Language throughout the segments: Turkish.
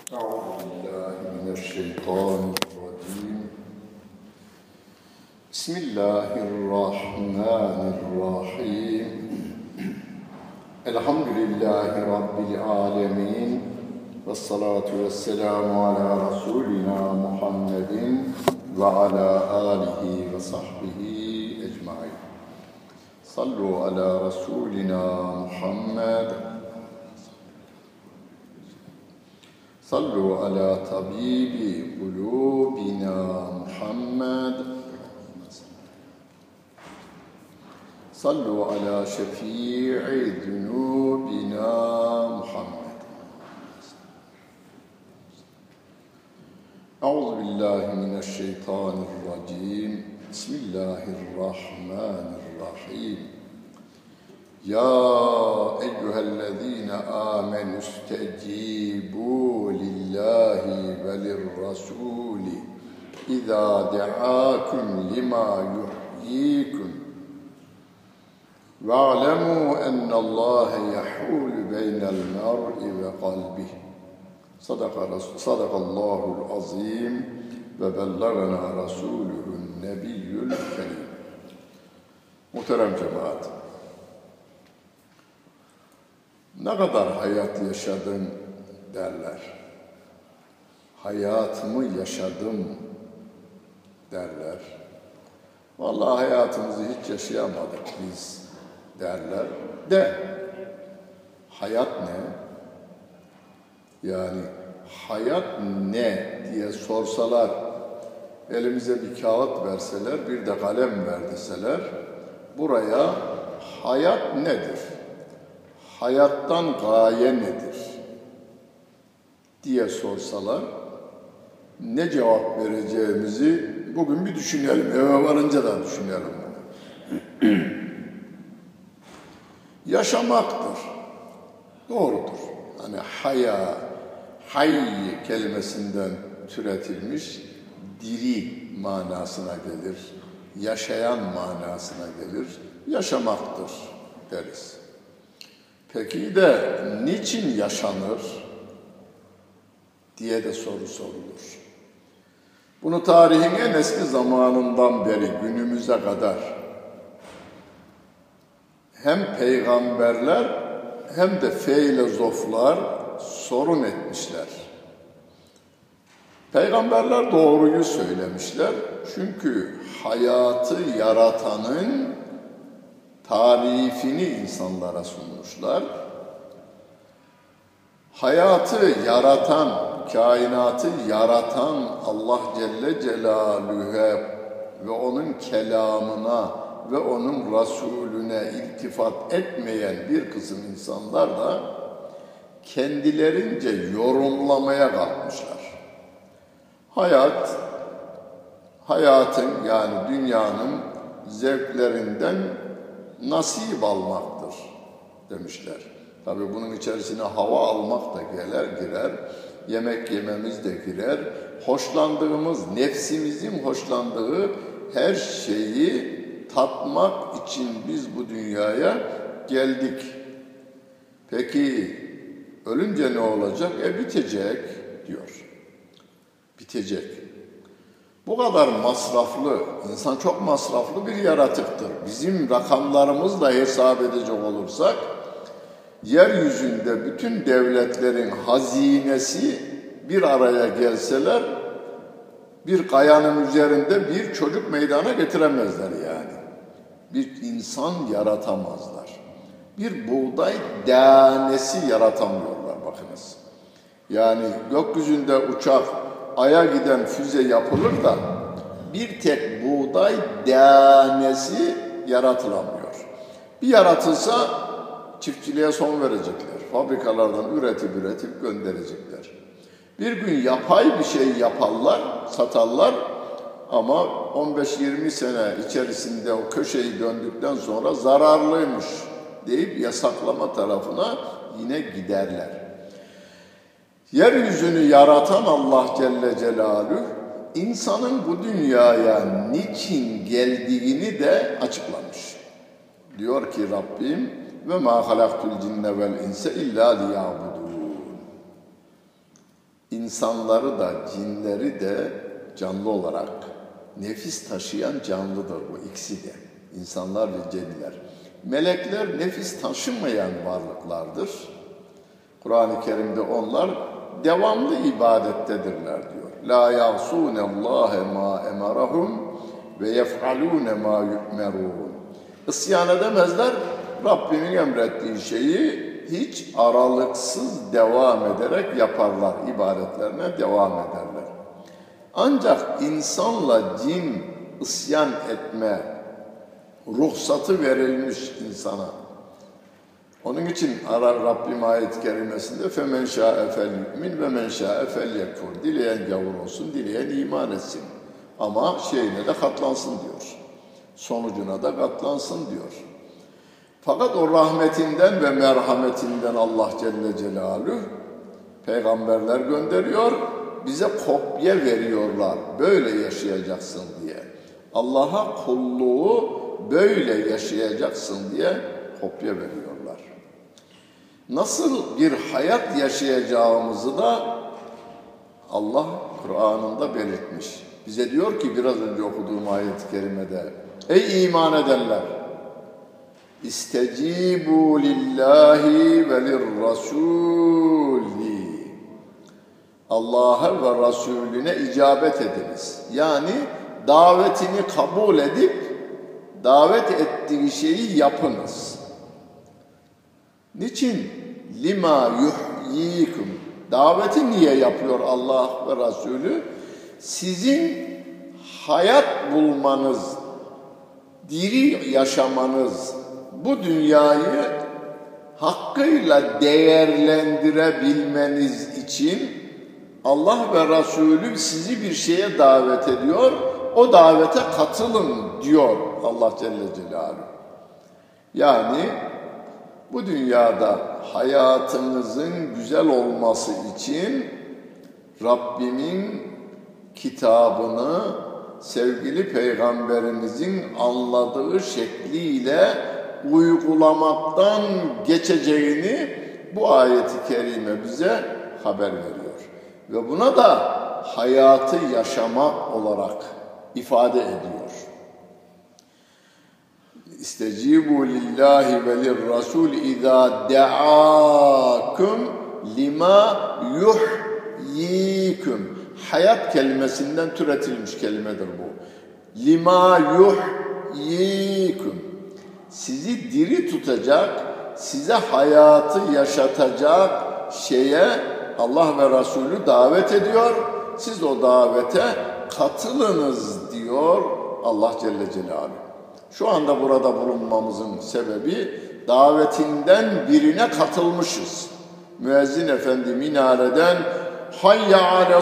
أعوذ بالله من الشيطان الرجيم. بسم الله الرحمن الرحيم. الحمد لله رب العالمين والصلاة والسلام على رسولنا محمد وعلى آله وصحبه أجمعين. صلوا على رسولنا محمد. صلوا على طبيب قلوبنا محمد. صلوا على شفيع ذنوبنا محمد. أعوذ بالله من الشيطان الرجيم. بسم الله الرحمن الرحيم. يا أيها الذين آمنوا استجيبوا لله وللرسول إذا دعاكم لما يحييكم واعلموا أن الله يحول بين المرء وقلبه. صدق الله العظيم وبلغنا رسوله النبي الكريم. Muhterem cemaat, ne kadar hayat yaşadın derler. Hayatımı yaşadım derler. Vallahi hayatımızı hiç yaşayamadık biz derler. De, hayat ne? Yani hayat ne diye sorsalar, elimize bir kağıt verseler, bir de kalem verseler, buraya hayat nedir? Hayattan gaye nedir diye sorsalar ne cevap vereceğimizi bugün bir düşünelim. Eve varınca da düşünelim bunu. Yaşamaktır. Doğrudur. Hani hayy kelimesinden türetilmiş diri manasına gelir. Yaşayan manasına gelir. Yaşamaktır deriz. Peki de niçin yaşanır diye de soru sorulur. Bunu tarihin en eski zamanından beri günümüze kadar hem peygamberler hem de filozoflar sorun etmişler. Peygamberler doğruyu söylemişler. Çünkü hayatı yaratanın tarifini insanlara sunmuşlar. Hayatı yaratan, kainatı yaratan Allah Celle Celaluhu'ya ve onun kelamına ve onun Resulüne iltifat etmeyen bir kısım insanlar da kendilerince yorumlamaya kalkmışlar. Hayatın yani dünyanın zevklerinden nasip almaktır demişler. Tabii bunun içerisine hava almak da girer, yemek yememiz de girer. Hoşlandığımız, nefsimizin hoşlandığı her şeyi tatmak için biz bu dünyaya geldik. Peki ölünce ne olacak? Bitecek diyor. Bitecek. Bu kadar masraflı, insan çok masraflı bir yaratıktır. Bizim rakamlarımızla hesap edecek olursak, yeryüzünde bütün devletlerin hazinesi bir araya gelseler, bir kayanın üzerinde bir çocuk meydana getiremezler yani. Bir insan yaratamazlar. Bir buğday tanesi yaratamıyorlar bakınız. Yani gökyüzünde uçak, Ay'a giden füze yapılır da bir tek buğday tanesi yaratılamıyor. Bir yaratılsa çiftçiliğe son verecekler. Fabrikalardan üretip gönderecekler. Bir gün yapay bir şey yaparlar, satarlar ama 15-20 sene içerisinde o köşeyi döndükten sonra zararlıymış deyip yasaklama tarafına yine giderler. Yeryüzünü yaratan Allah Celle Celaluhu, insanın bu dünyaya niçin geldiğini de açıklamış. Diyor ki Rabbim, ve ma halaktul cinne vel insa illa liyabudun. İnsanları da cinleri de canlı olarak nefis taşıyan canlıdır bu ikisi de. İnsanlar ve cinler. Melekler nefis taşımayan varlıklardır. Kur'an-ı Kerim'de onlar devamlı ibadettedirler diyor. La ya'sunallâhe mâ emarahum ve yef'alûne mâ yu'merûn. İsyan edemezler. Rabbimin emrettiği şeyi hiç aralıksız devam ederek yaparlar. İbadetlerine devam ederler. Ancak insanla cin isyan etme ruhsatı verilmiş insana. Onun için Rabbim ayet-i kerimesinde فَمَنْ شَاءَ فَلْيُؤْمِنْ وَمَنْ شَاءَ فَلْيَكْفُرْ. Dileyen gavur olsun, dileyen iman etsin. Ama şeyine de katlansın diyor. Sonucuna da katlansın diyor. Fakat o rahmetinden ve merhametinden Allah Celle Celaluhu peygamberler gönderiyor, bize kopya veriyorlar. Böyle yaşayacaksın diye. Allah'a kulluğu böyle yaşayacaksın diye kopya veriyorlar. Nasıl bir hayat yaşayacağımızı da Allah Kur'an'ında belirtmiş. Bize diyor ki biraz önce okuduğum ayet-i kerimede, ey iman edenler! İstecibu lillahi ve lirrasuli. Allah'a ve Resulüne icabet ediniz. Yani davetini kabul edip davet ettiği şeyi yapınız. Niçin? Lima yuhyikum. Daveti niye yapıyor Allah ve Resulü? Sizin hayat bulmanız, diri yaşamanız, bu dünyayı hakkıyla değerlendirebilmeniz için Allah ve Resulü sizi bir şeye davet ediyor. O davete katılın diyor Allah Celle Celaluhu. Yani bu dünyada hayatınızın güzel olması için Rabbimin kitabını sevgili Peygamberimizin anladığı şekliyle uygulamaktan geçeceğini bu ayet-i kerime bize haber veriyor. Ve buna da hayatı yaşamak olarak ifade ediyor. İstecibu lillahi ve lirrasul izâ de'âkum lima yuhyikum. Hayat kelimesinden türetilmiş kelimedir bu. Lima yuhyikum. Sizi diri tutacak, size hayatı yaşatacak şeye Allah ve Resulü davet ediyor. Siz o davete katılınız diyor Allah Celle Celaluhu. Şu anda burada bulunmamızın sebebi davetinden birine katılmışız. Müezzin efendi minareden hayya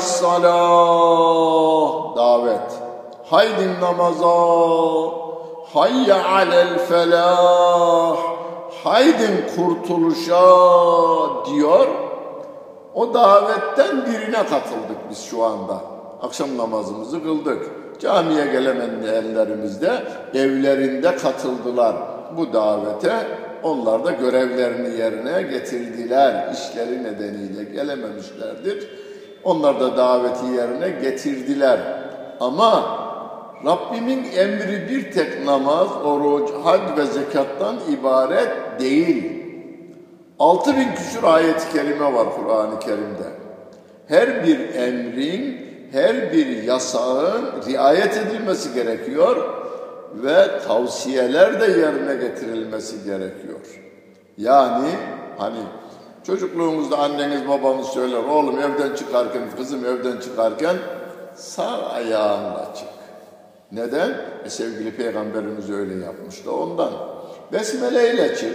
alessalah davet. Haydin namaza. Hayya alel felah. Haydin kurtuluşa diyor. O davetten birine katıldık biz şu anda. Akşam namazımızı kıldık. Camiye gelemeyenlerimiz de evlerinde katıldılar bu davete. Onlar da görevlerini yerine getirdiler. İşleri nedeniyle gelememişlerdir. Onlar da daveti yerine getirdiler. Ama Rabbimin emri bir tek namaz, oruç, hac ve zekattan ibaret değil. 6000 küsur ayet-i kerime var Kur'an-ı Kerim'de. Her bir emrin, her bir yasağın riayet edilmesi gerekiyor ve tavsiyeler de yerine getirilmesi gerekiyor. Yani hani çocukluğumuzda anneniz babanız söyler, oğlum evden çıkarken, kızım evden çıkarken sağ ayağınla çık. Neden? Sevgili Peygamberimiz öyle yapmıştı ondan. Besmele ile çık.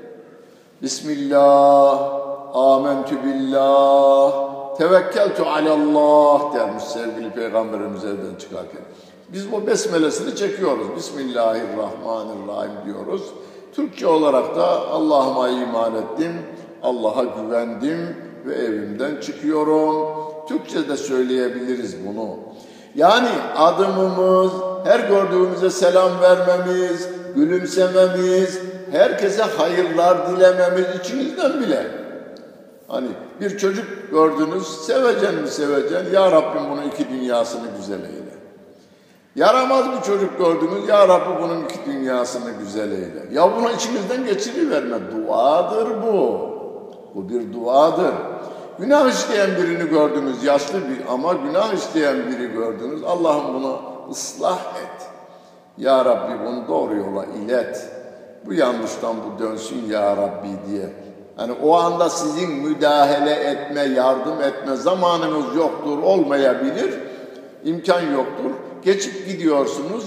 Bismillah, amentü billah, tevekkeltu alallah dermiş sevgili Peygamberimiz evden çıkarken. Biz bu besmelesini çekiyoruz. Bismillahirrahmanirrahim diyoruz. Türkçe olarak da Allah'ıma iman ettim, Allah'a güvendim ve evimden çıkıyorum. Türkçe de söyleyebiliriz bunu. Yani adımımız, her gördüğümüze selam vermemiz, gülümsememiz, herkese hayırlar dilememiz içimizden bile. Hani bir çocuk gördünüz, sevecen mi sevecen, ya Rabbim bunun iki dünyasını güzel eyle. Yaramaz bir çocuk gördünüz, ya Rabbi bunun iki dünyasını güzel eyle. Ya bunu içimizden geçiriverme, duadır bu. Bu bir duadır. Günah işleyen birini gördünüz, yaşlı bir ama günah işleyen biri gördünüz, Allah'ım bunu ıslah et. Ya Rabbi bunu doğru yola ilet. Bu yanlıştan bu dönsün ya Rabbi diye. Yani o anda sizin müdahale etme, yardım etme zamanınız yoktur, olmayabilir, imkan yoktur. Geçip gidiyorsunuz,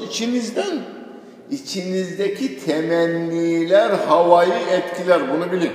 içinizdeki temenniler havayı etkiler, bunu bilin.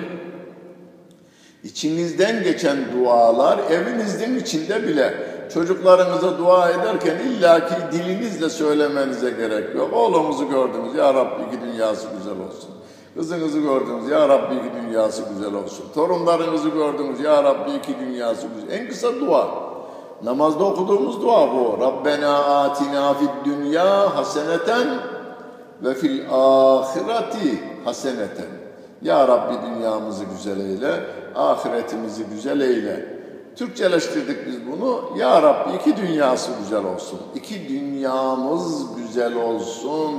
İçinizden geçen dualar evinizin içinde bile çocuklarınıza dua ederken illaki dilinizle söylemenize gerek yok. Oğlumuzu gördünüz, ya Rabbi iki dünyası güzel olsun. Kızınızı gördünüz, ya Rabbi iki dünyası güzel olsun. Torunlarınızı gördünüz, ya Rabbi iki dünyası güzel. En kısa dua. Namazda okuduğumuz dua bu. Rabbena atina fid dünya haseneten ve fil ahireti haseneten. Ya Rabbi dünyamızı güzel eyle, ahiretimizi güzel eyle. Türkçeleştirdik biz bunu. Ya Rabbi iki dünyası güzel olsun. İki dünyamız güzel olsun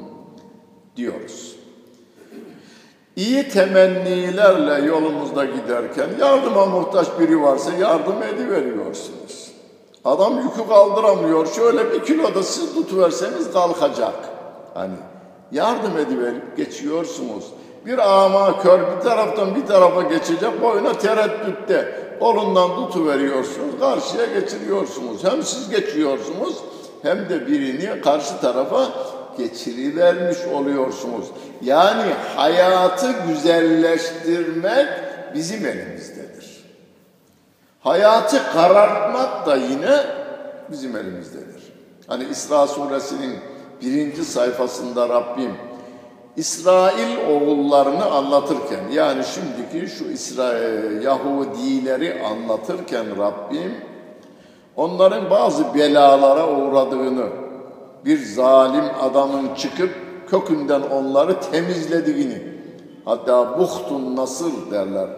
diyoruz. İyi temennilerle yolumuzda giderken yardıma muhtaç biri varsa yardım ediveriyorsunuz. Adam yükü kaldıramıyor. Şöyle bir kilo da siz tutuverseniz kalkacak. Hani yardım ediverip geçiyorsunuz. Bir ama kör bir taraftan bir tarafa geçecek, boyuna tereddütte. Kolundan tutuveriyorsunuz, karşıya geçiriyorsunuz. Hem siz geçiyorsunuz hem de birini karşı tarafa geçirivermiş oluyorsunuz. Yani hayatı güzelleştirmek bizim elimizdedir. Hayatı karartmak da yine bizim elimizdedir. Hani İsra suresinin 1. sayfasında Rabbim İsrail oğullarını anlatırken, yani şimdiki şu Yahudileri anlatırken Rabbim onların bazı belalara uğradığını, bir zalim adamın çıkıp kökünden onları temizlediğini, hatta Buhtun Nasır derler.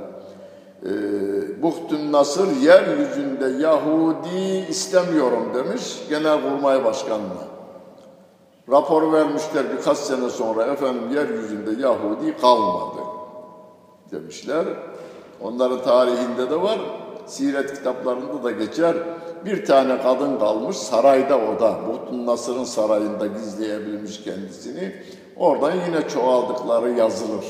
Buhtun Nasır yeryüzünde Yahudi istemiyorum demiş Genelkurmay Başkanı'na. Rapor vermişler birkaç sene sonra, efendim yeryüzünde Yahudi kalmadı demişler. Onların tarihinde de var, siret kitaplarında da geçer. Bir tane kadın kalmış sarayda, o da Buhtun Nasır'ın sarayında gizleyebilmiş kendisini. Oradan yine çoğaldıkları yazılır.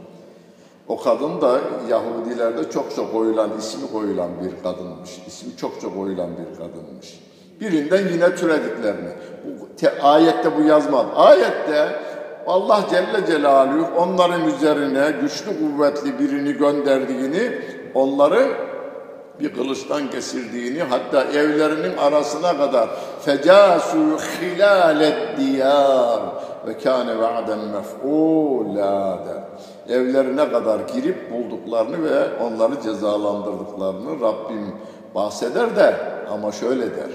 O kadın da Yahudilerde çok koyulan, ismi koyulan bir kadınmış. İsmi çok koyulan bir kadınmış. Birinden yine türediklerini. Ayette bu yazmaz. Ayette Allah Celle Celaluhu onların üzerine güçlü kuvvetli birini gönderdiğini, onları bir kılıçtan kesirdiğini, hatta evlerinin arasına kadar fecâsû khilâled diyâr ve kâne va'den mef'ûlâ der. Evlerine kadar girip bulduklarını ve onları cezalandırdıklarını Rabbim bahseder de, ama şöyle der.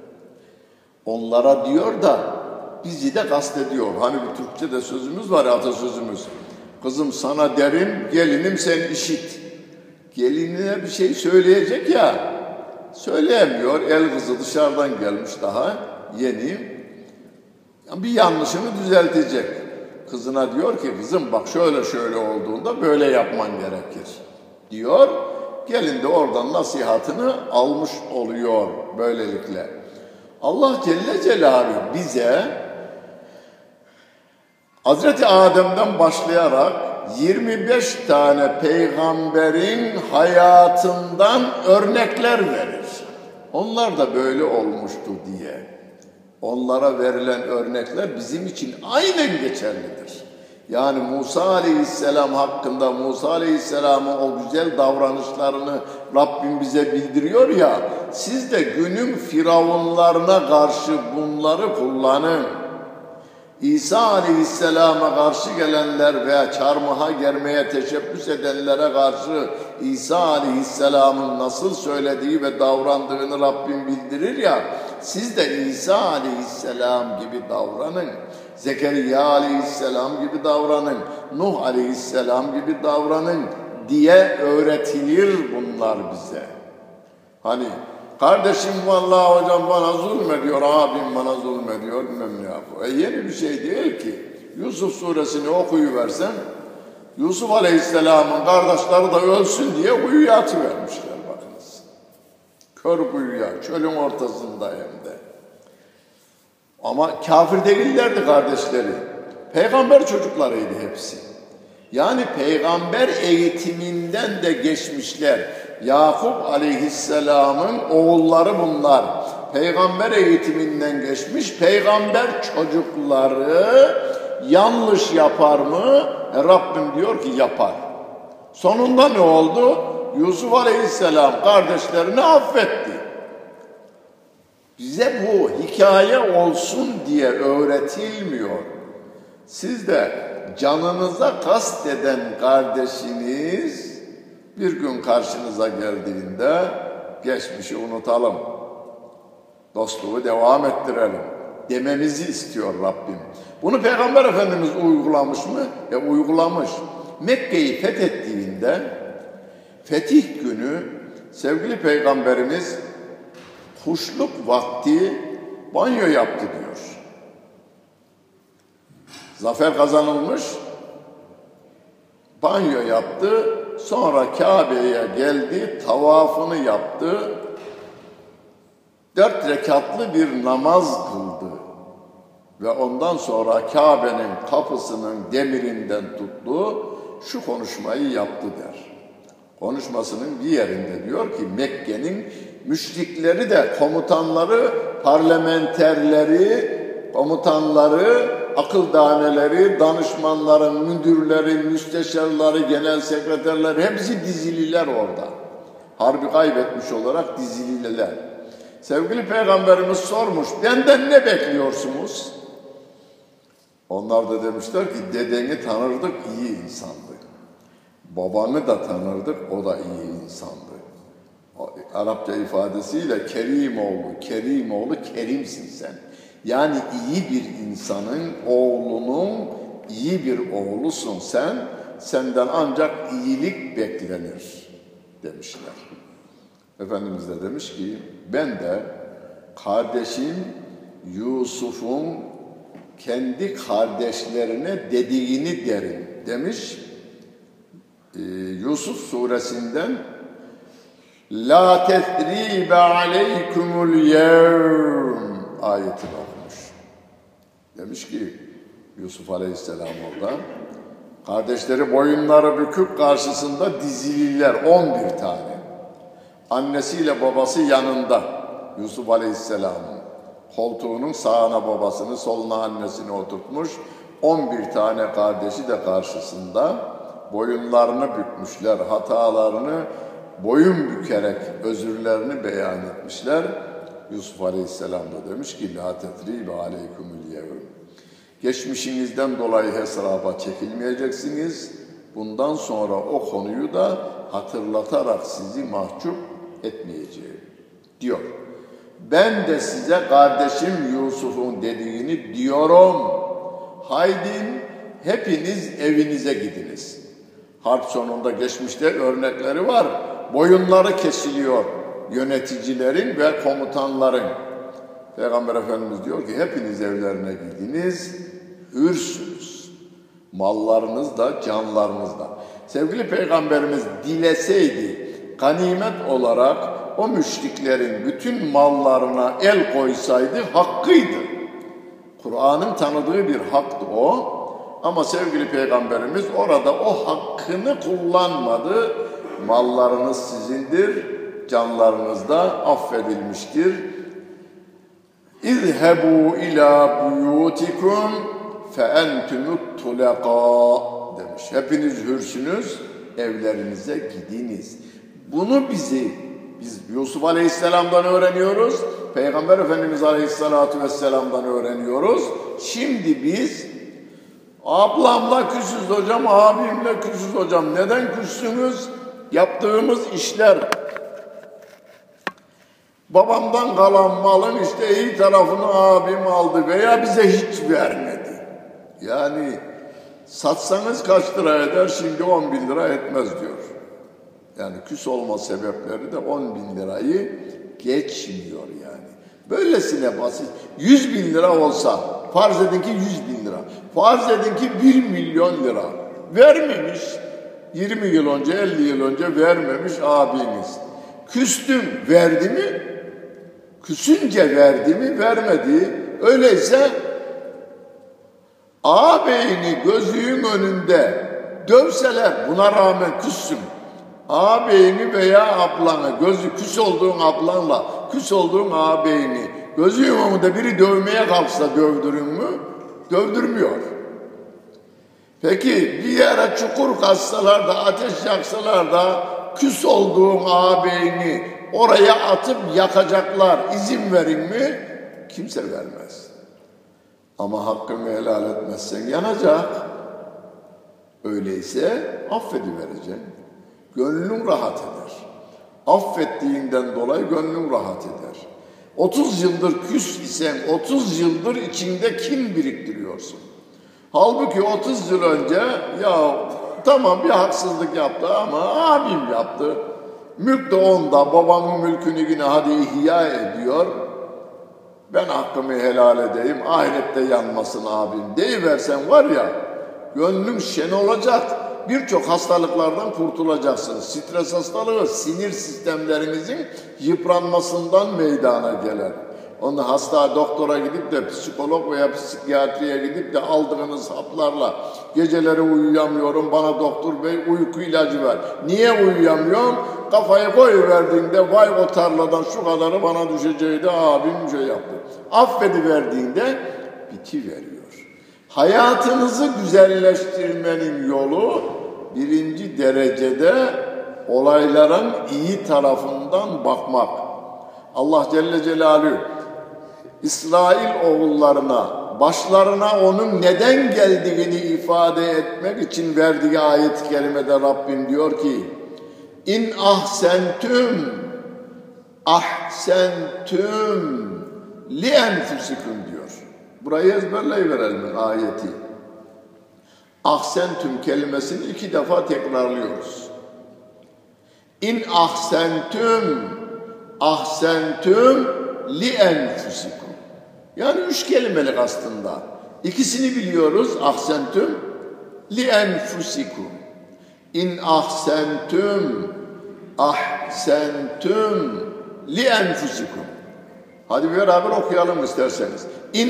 Onlara diyor da bizi de kastediyor. Hani bir Türkçe'de sözümüz var, atasözümüz. Kızım sana derim, gelinim sen işit. Gelinine bir şey söyleyecek ya, söyleyemiyor. El kızı dışarıdan gelmiş daha yeni. Bir yanlışını düzeltecek. Kızına diyor ki, kızım bak şöyle olduğunda böyle yapman gerekir diyor. Gelin de oradan nasihatını almış oluyor böylelikle. Allah Celle Celaluhu bize Hazreti Adem'den başlayarak 25 tane peygamberin hayatından örnekler verir. Onlar da böyle olmuştu diye. Onlara verilen örnekler bizim için aynen geçerlidir. Yani Musa Aleyhisselam hakkında, Musa Aleyhisselam'ın o güzel davranışlarını Rabbim bize bildiriyor ya, siz de günün firavunlarına karşı bunları kullanın. İsa Aleyhisselam'a karşı gelenler veya çarmıha germeye teşebbüs edenlere karşı İsa Aleyhisselam'ın nasıl söylediği ve davrandığını Rabbim bildirir ya, siz de İsa Aleyhisselam gibi davranın. Zekeriya Aleyhisselam gibi davranın. Nuh Aleyhisselam gibi davranın diye öğretilir bunlar bize. Hani kardeşim vallahi hocam bana zulmediyor, abim bana zulmediyor, bilmem ne yapıyor. Yeni bir şey değil ki. Yusuf suresini okuyuversen, Yusuf Aleyhisselam'ın kardeşleri de ölsün diye kuyuya atıvermişler bakınız. Kör kuyuya, çölün ortasında hem de. Ama kafir değillerdi kardeşleri. Peygamber çocuklarıydı hepsi. Yani peygamber eğitiminden de geçmişler. Yakup Aleyhisselam'ın oğulları bunlar. Peygamber eğitiminden geçmiş. Peygamber çocukları yanlış yapar mı? Rabbim diyor ki yapar. Sonunda ne oldu? Yusuf Aleyhisselam kardeşlerini affetti. Bize bu hikaye olsun diye öğretilmiyor. Siz de canınıza kasteden kardeşiniz bir gün karşınıza geldiğinde geçmişi unutalım. Dostluğu devam ettirelim dememizi istiyor Rabbim. Bunu Peygamber Efendimiz uygulamış mı? Uygulamış. Mekke'yi fethettiğinde fetih günü sevgili Peygamberimiz kuşluk vakti banyo yaptı diyor. Zafer kazanılmış, banyo yaptı, sonra Kabe'ye geldi, tavafını yaptı, 4 rekatlı bir namaz kıldı ve ondan sonra Kabe'nin kapısının demirinden tuttu, şu konuşmayı yaptı der. Konuşmasının bir yerinde diyor ki Mekke'nin müşrikleri de komutanları, parlamenterleri, komutanları, akıl daneleri, danışmanların, müdürleri, müsteşarları, genel sekreterler hepsi dizililer orada. Harbi kaybetmiş olarak dizililer. Sevgili Peygamberimiz sormuş, benden ne bekliyorsunuz? Onlar da demişler ki dedeni tanırdık, iyi insandı. Babanı da tanırdık, o da iyi insandı. Arapça ifadesiyle Kerimoğlu, Kerimsin sen. Yani iyi bir insanın oğlunun iyi bir oğlusun sen, senden ancak iyilik beklenir demişler. Efendimiz de demiş ki, ben de kardeşim Yusuf'un kendi kardeşlerine dediğini derim demiş. Yusuf suresinden La tesribe aleykumul yevm ayetini okumuş. Demiş ki Yusuf Aleyhisselam orada kardeşleri boyunları büküp karşısında dizililer 11 tane. Annesiyle babası yanında Yusuf Aleyhisselam'ın koltuğunun sağına babasını, soluna annesini oturtmuş. 11 tane kardeşi de karşısında boyunlarını bükmüşler, hatalarını boyun bükerek özürlerini beyan etmişler. Yusuf Aleyhisselam da demiş ki La tetribe aleykumul yevm. Geçmişinizden dolayı hesaba çekilmeyeceksiniz. Bundan sonra o konuyu da hatırlatarak sizi mahcup etmeyeceğim diyor. Ben de size kardeşim Yusuf'un dediğini diyorum. Haydi hepiniz evinize gidiniz. Harp sonunda geçmişte örnekleri var. Boyunları kesiliyor yöneticilerin ve komutanların. Peygamber Efendimiz diyor ki hepiniz evlerine gidiniz, hürsünüz. Mallarınız da, canlarınız da. Sevgili Peygamberimiz dileseydi ganimet olarak o müşriklerin bütün mallarına el koysaydı hakkıydı. Kur'an'ın tanıdığı bir haktı o. Ama sevgili Peygamberimiz orada o hakkını kullanmadı. Mallarınız sizindir, canlarınız da affedilmiştir. İzhebu ila buyutikum fe entumut tulaka demiş. Hepiniz hürsünüz, evlerinize gidiniz. Bunu biz Yusuf Aleyhisselam'dan öğreniyoruz. Peygamber Efendimiz Aleyhisselatü Vesselam'dan öğreniyoruz. Şimdi biz ablamla küsüz hocam, abimle küsüz hocam. Neden küssünüz? Yaptığımız işler. Babamdan kalan malın işte iyi tarafını abim aldı veya bize hiç vermedi. Yani satsanız kaç lira eder? Şimdi 10 bin lira etmez diyor. Yani küs olma sebepleri de 10 bin lirayı geçmiyor yani. Böylesine basit. 100 bin lira olsa, farz edin ki 100 bin lira. Farz edin ki 1 milyon lira. Vermemiş. 20 yıl önce, 50 yıl önce vermemiş abiniz. Küstüm, verdi mi? Küsünce verdi mi? Vermedi. Öyleyse ağabeyini gözünün önünde dövseler, buna rağmen küssün. Ağabeyini veya ablanı, gözü küs olduğun ablanla, küs olduğun ağabeyini gözünün önünde biri dövmeye kalksa dövdürün mü? Dövdürmüyor. Peki bir yere çukur kazsalar da, ateş yaksalar da küs olduğun ağabeyini oraya atıp yakacaklar. İzin verin mi? Kimse vermez. Ama hakkını helal etmezsen yanacak. Öyleyse affedivereceksin. Gönlün rahat eder. Affettiğinden dolayı gönlün rahat eder. 30 yıldır küs isen 30 yıldır içinde kin biriktiriyorsun. Halbuki 30 yıl önce ya tamam bir haksızlık yaptı ama abim yaptı. Mülk de onda, babamın mülkünü yine hadi ihya ediyor. Ben hakkımı helal edeyim, ahirette yanmasın abim deyiversen var ya, gönlün şen olacak. Birçok hastalıklardan kurtulacaksınız. Stres hastalığı sinir sistemlerinizin yıpranmasından meydana gelir. Onu hasta doktora gidip de psikolog veya psikiyatriye gidip de aldığınız haplarla geceleri uyuyamıyorum, bana doktor bey uyku ilacı ver. Niye uyuyamıyorum? Kafayı koyuverdiğinde vay o tarladan şu kadarı bana düşeceğiydi, abim şey yaptı. Affediverdiğinde bitiveriyor. Hayatınızı güzelleştirmenin yolu birinci derecede olayların iyi tarafından bakmak. Allah Celle Celaluhu İsrail oğullarına, başlarına onun neden geldiğini ifade etmek için verdiği ayet-i kerimede Rabbim diyor ki İn ahsentüm li enfusikum diyor. Burayı ezberleyiverelim ayeti. Ahsentüm kelimesini 2 defa tekrarlıyoruz. İn ahsentüm li enfusikum. Yani 3 kelimelik aslında. İkisini biliyoruz. Ahsentüm li enfusikum. İn ahsentüm li enfusikum. Hadi beraber okuyalım isterseniz. İn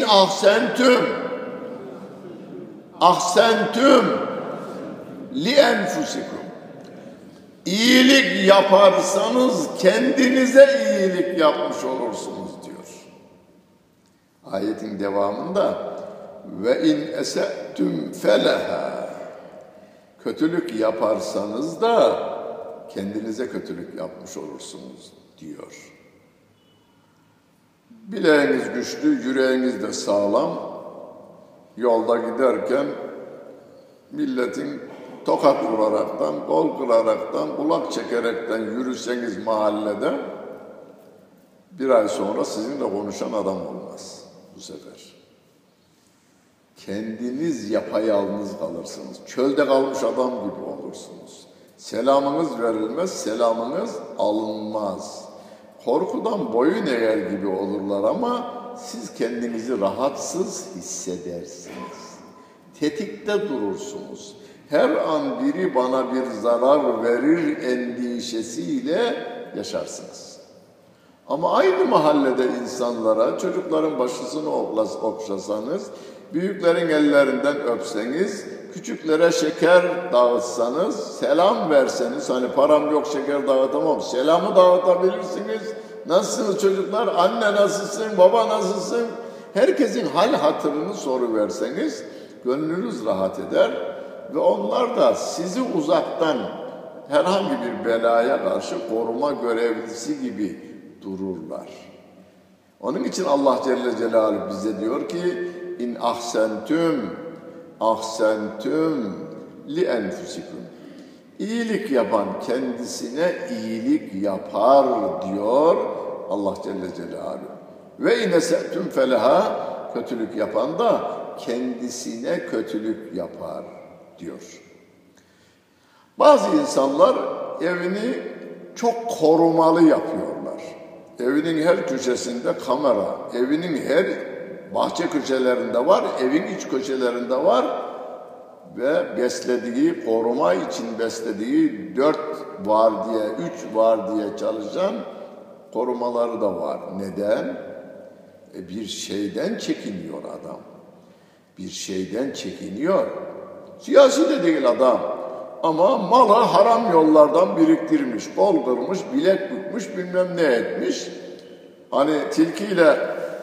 ahsentüm li enfusikum. İyilik yaparsanız kendinize iyilik yapmış olursunuz diyor. Ayetin devamında ve in ese'tüm feleha. Kötülük yaparsanız da kendinize kötülük yapmış olursunuz diyor. Bileğiniz güçlü, yüreğiniz de sağlam. Yolda giderken milletin tokat vuraraktan, kol kıraraktan, kulak çekerekten yürüseniz mahallede 1 ay sonra sizinle konuşan adam olmaz bu sefer. Kendiniz yapayalnız kalırsınız. Çölde kalmış adam gibi olursunuz. Selamınız verilmez, selamınız alınmaz. Korkudan boyun eğer gibi olurlar ama siz kendinizi rahatsız hissedersiniz. Tetikte durursunuz. Her an biri bana bir zarar verir endişesiyle yaşarsınız. Ama aynı mahallede insanlara çocukların başısını okşasanız, büyüklerin ellerinden öpseniz, küçüklere şeker dağıtsanız, selam verseniz, hani param yok şeker dağıtamam, selamı dağıtabilirsiniz. Nasılsınız çocuklar? Anne nasılsın? Baba nasılsın? Herkesin hal hatırını soruverseniz gönlünüz rahat eder ve onlar da sizi uzaktan herhangi bir belaya karşı koruma görevlisi gibi dururlar. Onun için Allah Celle Celaluhu bize diyor ki İn ahsentüm li enfusikum. İyilik yapan kendisine iyilik yapar diyor Allah Celle Celaluhu. Ve in ese'tüm feleha, kötülük yapan da kendisine kötülük yapar diyor. Bazı insanlar evini çok korumalı yapıyorlar. Evinin her köşesinde kamera, evinin her bahçe köşelerinde var, evin iç köşelerinde var ve beslediği, koruma için beslediği 4 var diye, 3 var diye çalışan korumaları da var. Neden? Bir şeyden çekiniyor adam. Bir şeyden çekiniyor. Siyasi de değil adam. Ama malı haram yollardan biriktirmiş, kol kırmış, bilek bükmüş, bilmem ne etmiş. Hani tilkiyle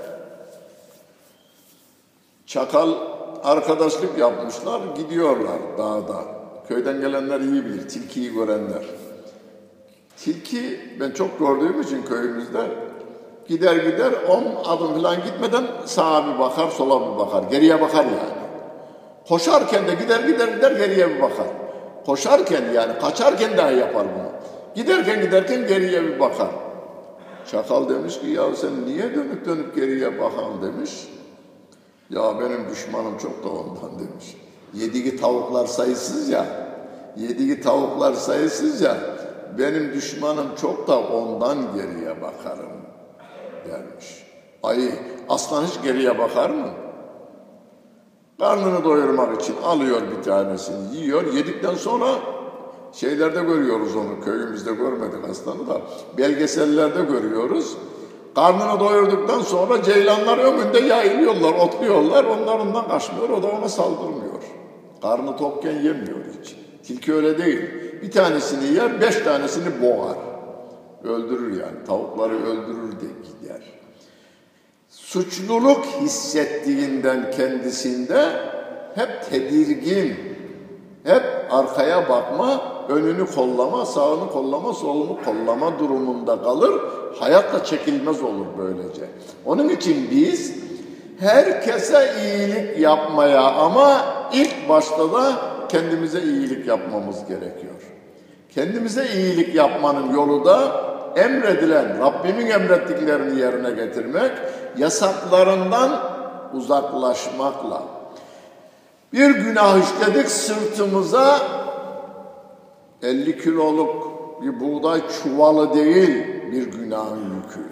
çakal arkadaşlık yapmışlar, gidiyorlar dağda. Köyden gelenler iyi bilir, tilkiyi görenler. Tilki, ben çok gördüğüm için köyümüzde, gider 10 adım falan gitmeden sağa bir bakar, sola bir bakar. Geriye bakar yani. Koşarken de gider geriye bir bakar. Koşarken yani kaçarken dahi yapar bunu. Giderken geriye bir bakar. Çakal demiş ki ya sen niye dönüp geriye bakan demiş. Ya benim düşmanım çok da ondan demiş. Yediği tavuklar sayısız ya. Benim düşmanım çok da ondan geriye bakarım dermiş. Aslan hiç geriye bakar mı? Karnını doyurmak için alıyor bir tanesini, yiyor. Yedikten sonra şeylerde görüyoruz onu, köyümüzde görmedik aslanı da. Belgesellerde görüyoruz. Karnını doyurduktan sonra ceylanlar önünde yayılıyorlar, otluyorlar. Onlar ondan kaçmıyor, o da ona saldırmıyor. Karnı tokken yemiyor hiç. Tilki öyle değil. Bir tanesini yer, 5 tanesini boğar. Öldürür yani, tavukları öldürür de gider. Suçluluk hissettiğinden kendisinde hep tedirgin, hep arkaya bakma, önünü kollama, sağını kollama, solunu kollama durumunda kalır. Hayatla çekilmez olur böylece. Onun için biz herkese iyilik yapmaya ama ilk başta da kendimize iyilik yapmamız gerekiyor. Kendimize iyilik yapmanın yolu da emredilen, Rabbimin emrettiklerini yerine getirmek, yasaklarından uzaklaşmakla. Bir günah işledik, sırtımıza 50 kiloluk bir buğday çuvalı değil bir günahın yükü.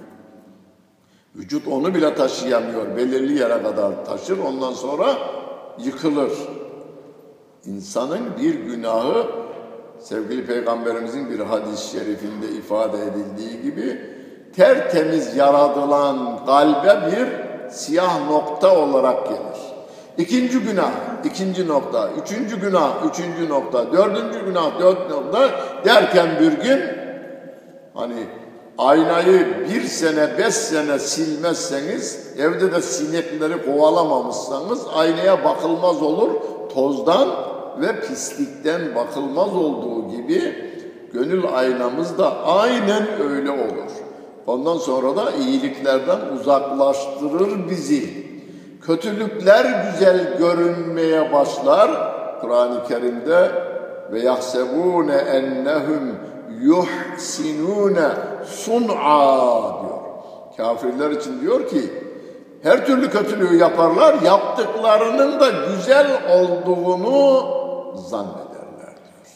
Vücut onu bile taşıyamıyor, belirli yere kadar taşır, ondan sonra yıkılır. İnsanın bir günahı, sevgili Peygamberimizin bir hadis-i şerifinde ifade edildiği gibi tertemiz yaratılan kalbe bir siyah nokta olarak gelir. İkinci günah, ikinci nokta, üçüncü günah, üçüncü nokta, dördüncü günah, dört nokta derken bir gün hani aynayı 1 sene, 5 sene silmezseniz, evde de sinekleri kovalamamışsanız aynaya bakılmaz olur, tozdan ve pislikten bakılmaz olduğu gibi gönül aynamız da aynen öyle olur. Ondan sonra da iyiliklerden uzaklaştırır bizi. Kötülükler güzel görünmeye başlar. Kur'an-ı Kerim'de ve yahsebune ennehum yuhsinune sun'a diyor. Kafirler için diyor ki her türlü kötülüğü yaparlar, yaptıklarının da güzel olduğunu zannederler diyor.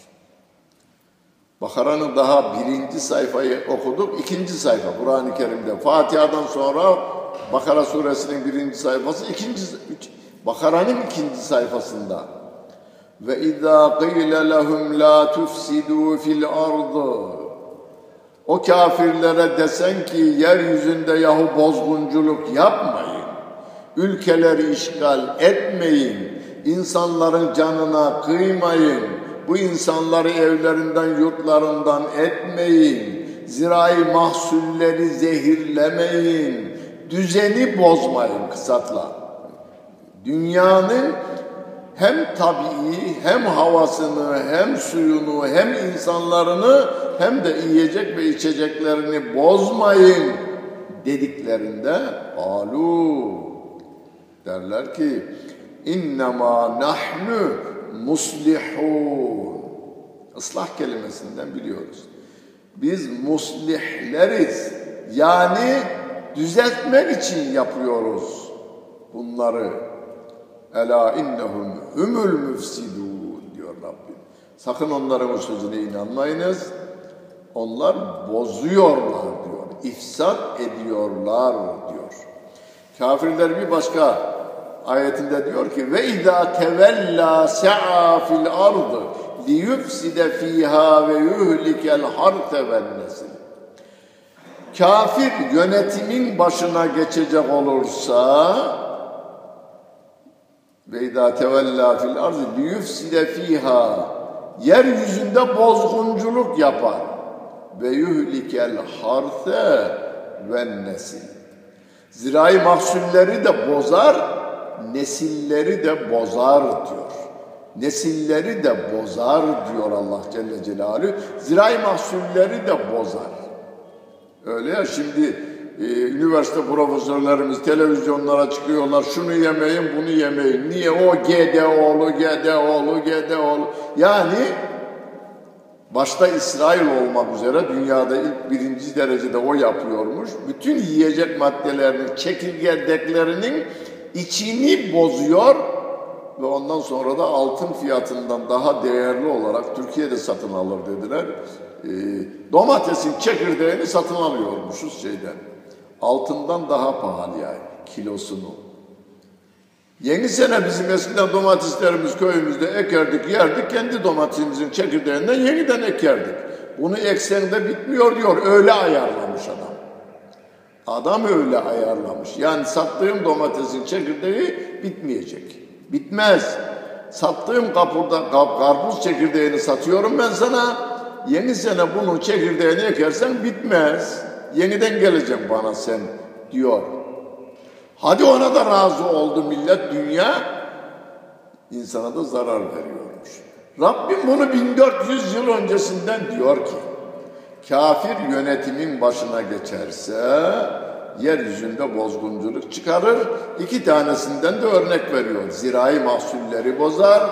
Bakara'nın daha 1. sayfayı okuduk, 2. sayfa Kur'an-ı Kerim'de. Fatiha'dan sonra Bakara suresinin 1. sayfası, Bakara'nın 2. sayfasında. Ve izâ qîle lehum lâ tufsidû fil ardı. O kafirlere desen ki yeryüzünde yahu bozgunculuk yapmayın, ülkeleri işgal etmeyin, insanların canına kıymayın, bu insanları evlerinden yurtlarından etmeyin, zirai mahsulleri zehirlemeyin, düzeni bozmayın kısatla. Dünyanın hem tabii hem havasını hem suyunu hem insanlarını hem de yiyecek ve içeceklerini bozmayın dediklerinde alu derler ki innema nahnu muslihun. Islah kelimesinden biliyoruz. Biz muslihleriz. Yani düzeltmek için yapıyoruz bunları. Ela innehum humul müfsidun diyor Rabbim. Sakın onların o sözüne inanmayınız. Onlar bozuyorlar diyor. İfsad ediyorlar diyor. Kafirler bir başka ayetinde diyor ki ve izâ tevellâ se'a fil ardı liyufside fîhâ ve yuhlikel harte ven nesil. Kafir yönetimin başına geçecek olursa ve izâ tevellâ fil ardı liyufside fîhâ yeryüzünde bozgunculuk yapar ve yuhlikel harte ven nesil. Zirai mahsulleri de bozar, nesilleri de bozar diyor. Nesilleri de bozar diyor Allah Celle Celaluhu. Zirai mahsulleri de bozar. Öyle ya şimdi üniversite profesörlerimiz televizyonlara çıkıyorlar. Şunu yemeyin, bunu yemeyin. Niye? O Gedeoğlu. Yani başta İsrail olmak üzere dünyada ilk birinci derecede o yapıyormuş. Bütün yiyecek maddelerinin, çekirdeklerinin içini bozuyor ve ondan sonra da altın fiyatından daha değerli olarak Türkiye'de satın alır dediler. Domatesin çekirdeğini satın alıyormuşuz şeyden. Altından daha pahalı yani kilosunu. Yeni sene bizim eskiden domateslerimiz köyümüzde ekerdik, yerdik. Kendi domatesimizin çekirdeğinden yeniden ekerdik. Bunu eksen de bitmiyor diyor. Öyle ayarlamış adam. Adam öyle ayarlamış. Yani sattığım domatesin çekirdeği bitmeyecek. Bitmez. Sattığım karpuz çekirdeğini satıyorum ben sana. Yeni sene bunun çekirdeğini ekersen bitmez. Yeniden geleceğim bana sen diyor. Hadi ona da razı oldu millet, dünya insana da zarar veriyormuş. Rabbim bunu 1400 yıl öncesinden diyor ki, kafir yönetimin başına geçerse yeryüzünde bozgunculuk çıkarır. 2 tanesinden de örnek veriyor. Zirai mahsulleri bozar,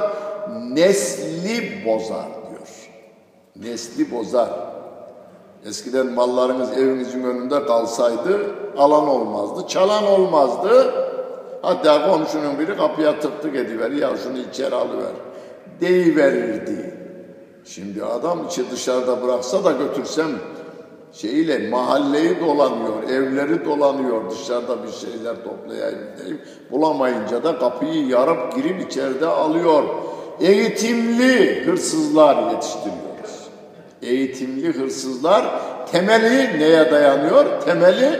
nesli bozar diyor. Nesli bozar. Eskiden mallarınız evinizin önünde kalsaydı alan olmazdı, çalan olmazdı. Hatta komşunun biri kapıya tık tık ediver, ya şunu içeri alıver deyiverirdi. Şimdi adam içi dışarıda bıraksa da götürsem şeyle mahalleyi dolanıyor, evleri dolanıyor, dışarıda bir şeyler toplayayım diyeyim. Bulamayınca da kapıyı yarıp girip içeride alıyor. Eğitimli hırsızlar yetiştiriyoruz. Eğitimli hırsızlar temeli neye dayanıyor? Temeli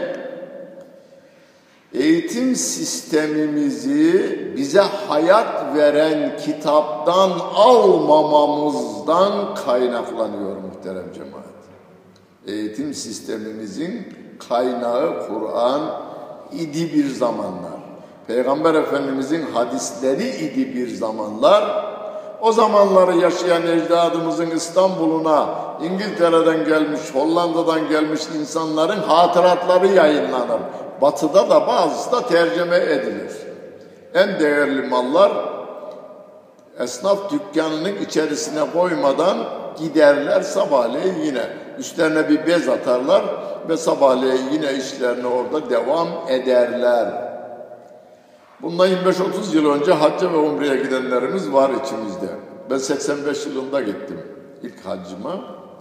eğitim sistemimizi bize hayat veren kitaptan almamamızdan kaynaklanıyor muhterem cemaat. Eğitim sistemimizin kaynağı Kur'an idi bir zamanlar. Peygamber Efendimizin hadisleri idi bir zamanlar. O zamanları yaşayan ecdadımızın İstanbul'una İngiltere'den gelmiş, Hollanda'dan gelmiş insanların hatıratları yayınlanır. Batı'da da bazısı da tercüme edilir. En değerli mallar esnaf dükkanının içerisine koymadan giderler, sabahleyin yine üstlerine bir bez atarlar ve sabahleyin yine işlerine orada devam ederler. Bundan 25-30 yıl önce hacca ve umreye gidenlerimiz var içimizde. Ben 85 yılında gittim ilk haccıma.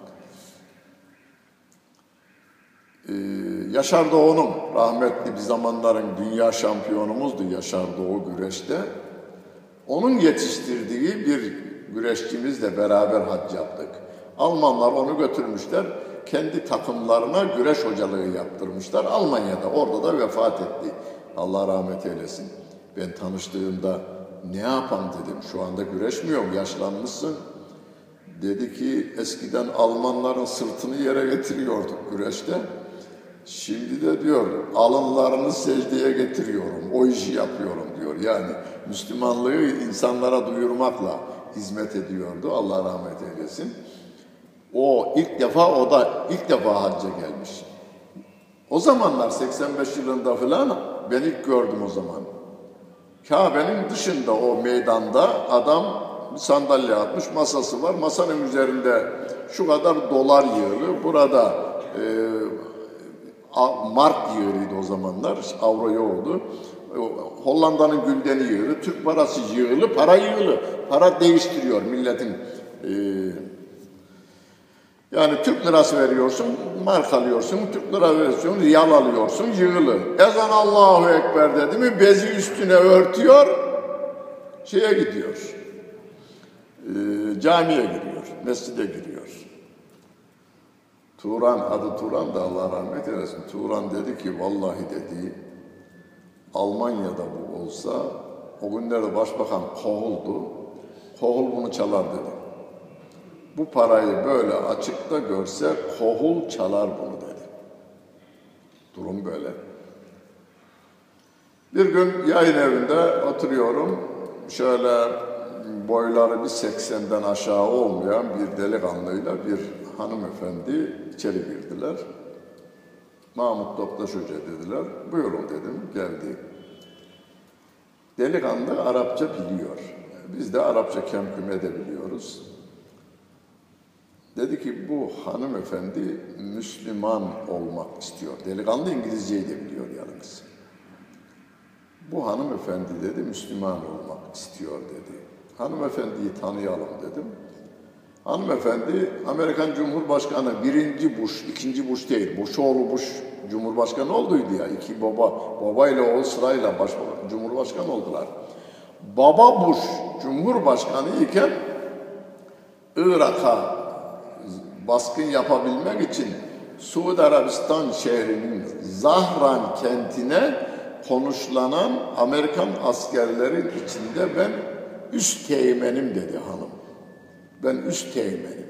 Yaşar Doğu'nun, rahmetli bir zamanların dünya şampiyonumuzdu Yaşar Doğu güreşte. Onun yetiştirdiği bir güreşçimizle beraber hac yaptık. Almanlar onu götürmüşler, kendi takımlarına güreş hocalığı yaptırmışlar. Almanya'da, orada da vefat etti. Allah rahmet eylesin. Ben tanıştığımda ne yapam dedim, şu anda güreşmiyorum, yaşlanmışsın. Dedi ki eskiden Almanların sırtını yere getiriyorduk güreşte. Şimdi de diyor alınlarını secdeye getiriyorum, o işi yapıyorum diyor. Yani Müslümanlığı insanlara duyurmakla hizmet ediyordu. Allah rahmet eylesin. O ilk defa hacca gelmiş. O zamanlar 85 yılında falan ben ilk gördüm o zaman. Kabe'nin dışında o meydanda adam bir sandalye atmış, masası var. Masanın üzerinde şu kadar dolar yığılı. Burada mark yığılıydı o zamanlar, avro yoktu. Hollanda'nın güldeni yığılı, Türk parası yığılı, para yığılı. Para değiştiriyor milletin Yani Türk lirası veriyorsun, mark alıyorsun, Türk lira veriyorsun, riyal alıyorsun, yığılı. Ezan Allahu Ekber dedi mi bezi üstüne örtüyor, şeye gidiyor, camiye giriyor, mescide giriyor. Turan, adı Turan da Allah rahmet eylesin. Turan dedi ki vallahi dedi, Almanya'da bu olsa, o günlerde başbakan Kohl'du, Kohl bunu çalar dedi. Bu parayı böyle açıkta görse Kohl çalar bunu dedi. Durum böyle. Bir gün yayın evinde oturuyorum. Şöyle boyları bir 80'den aşağı olmayan bir delikanlıyla bir hanımefendi içeri girdiler. Mahmut Toptaş Hoca dediler. Buyurun dedim. Geldi. Delikanlı Arapça biliyor. Biz de Arapça kemküm edebiliyoruz. Dedi ki bu hanımefendi Müslüman olmak istiyor. Delikanlı İngilizceyi de biliyor yalnız. Bu hanımefendi dedi Müslüman olmak istiyor dedi. Hanımefendiyi tanıyalım dedim. Hanımefendi Amerikan Cumhurbaşkanı 1. Bush, 2. Bush değil. Bush'oğlu Bush Cumhurbaşkanı olduydu ya. İki baba ile oğul sırayla Cumhurbaşkanı oldular. Baba Bush Cumhurbaşkanı iken Irak'a baskın yapabilmek için Suudi Arabistan şehrinin Zahran kentine konuşlanan Amerikan askerlerin içinde ben üst teğmenim dedi hanım. Ben üst teğmenim.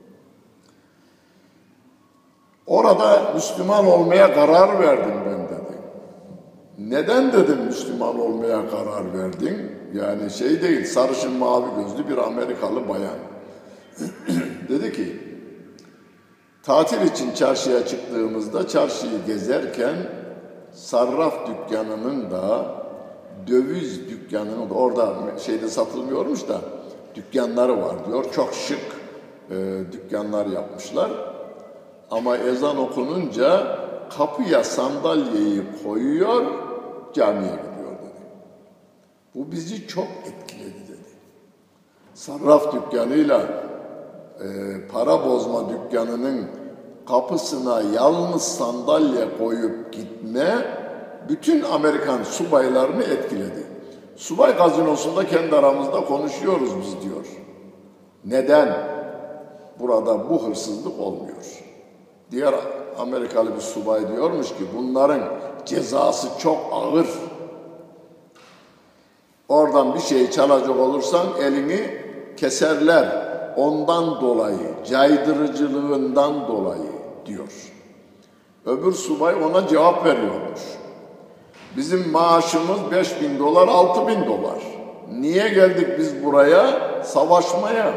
Orada Müslüman olmaya karar verdim ben dedi. Neden dedim Müslüman olmaya karar verdin? Yani şey değil, sarışın mavi gözlü bir Amerikalı bayan. Dedi ki, tatil için çarşıya çıktığımızda çarşıyı gezerken sarraf dükkanının da döviz dükkanının da orada şeyde satılmıyormuş da dükkanları var diyor. Çok şık dükkanlar yapmışlar. Ama ezan okununca kapıya sandalyeyi koyuyor, camiye gidiyor dedi. Bu bizi çok etkiledi dedi. Sarraf dükkanıyla para bozma dükkanının kapısına yalnız sandalye koyup gitme bütün Amerikan subaylarını etkiledi. Subay gazinosunda kendi aramızda konuşuyoruz biz diyor. Neden burada bu hırsızlık olmuyor? Diğer Amerikalı bir subay diyormuş ki bunların cezası çok ağır. Oradan bir şey çalacak olursan elini keserler. Ondan dolayı, caydırıcılığından dolayı diyor. Öbür subay ona cevap veriyormuş. Bizim maaşımız $5.000, $6.000. Niye geldik biz buraya? Savaşmaya.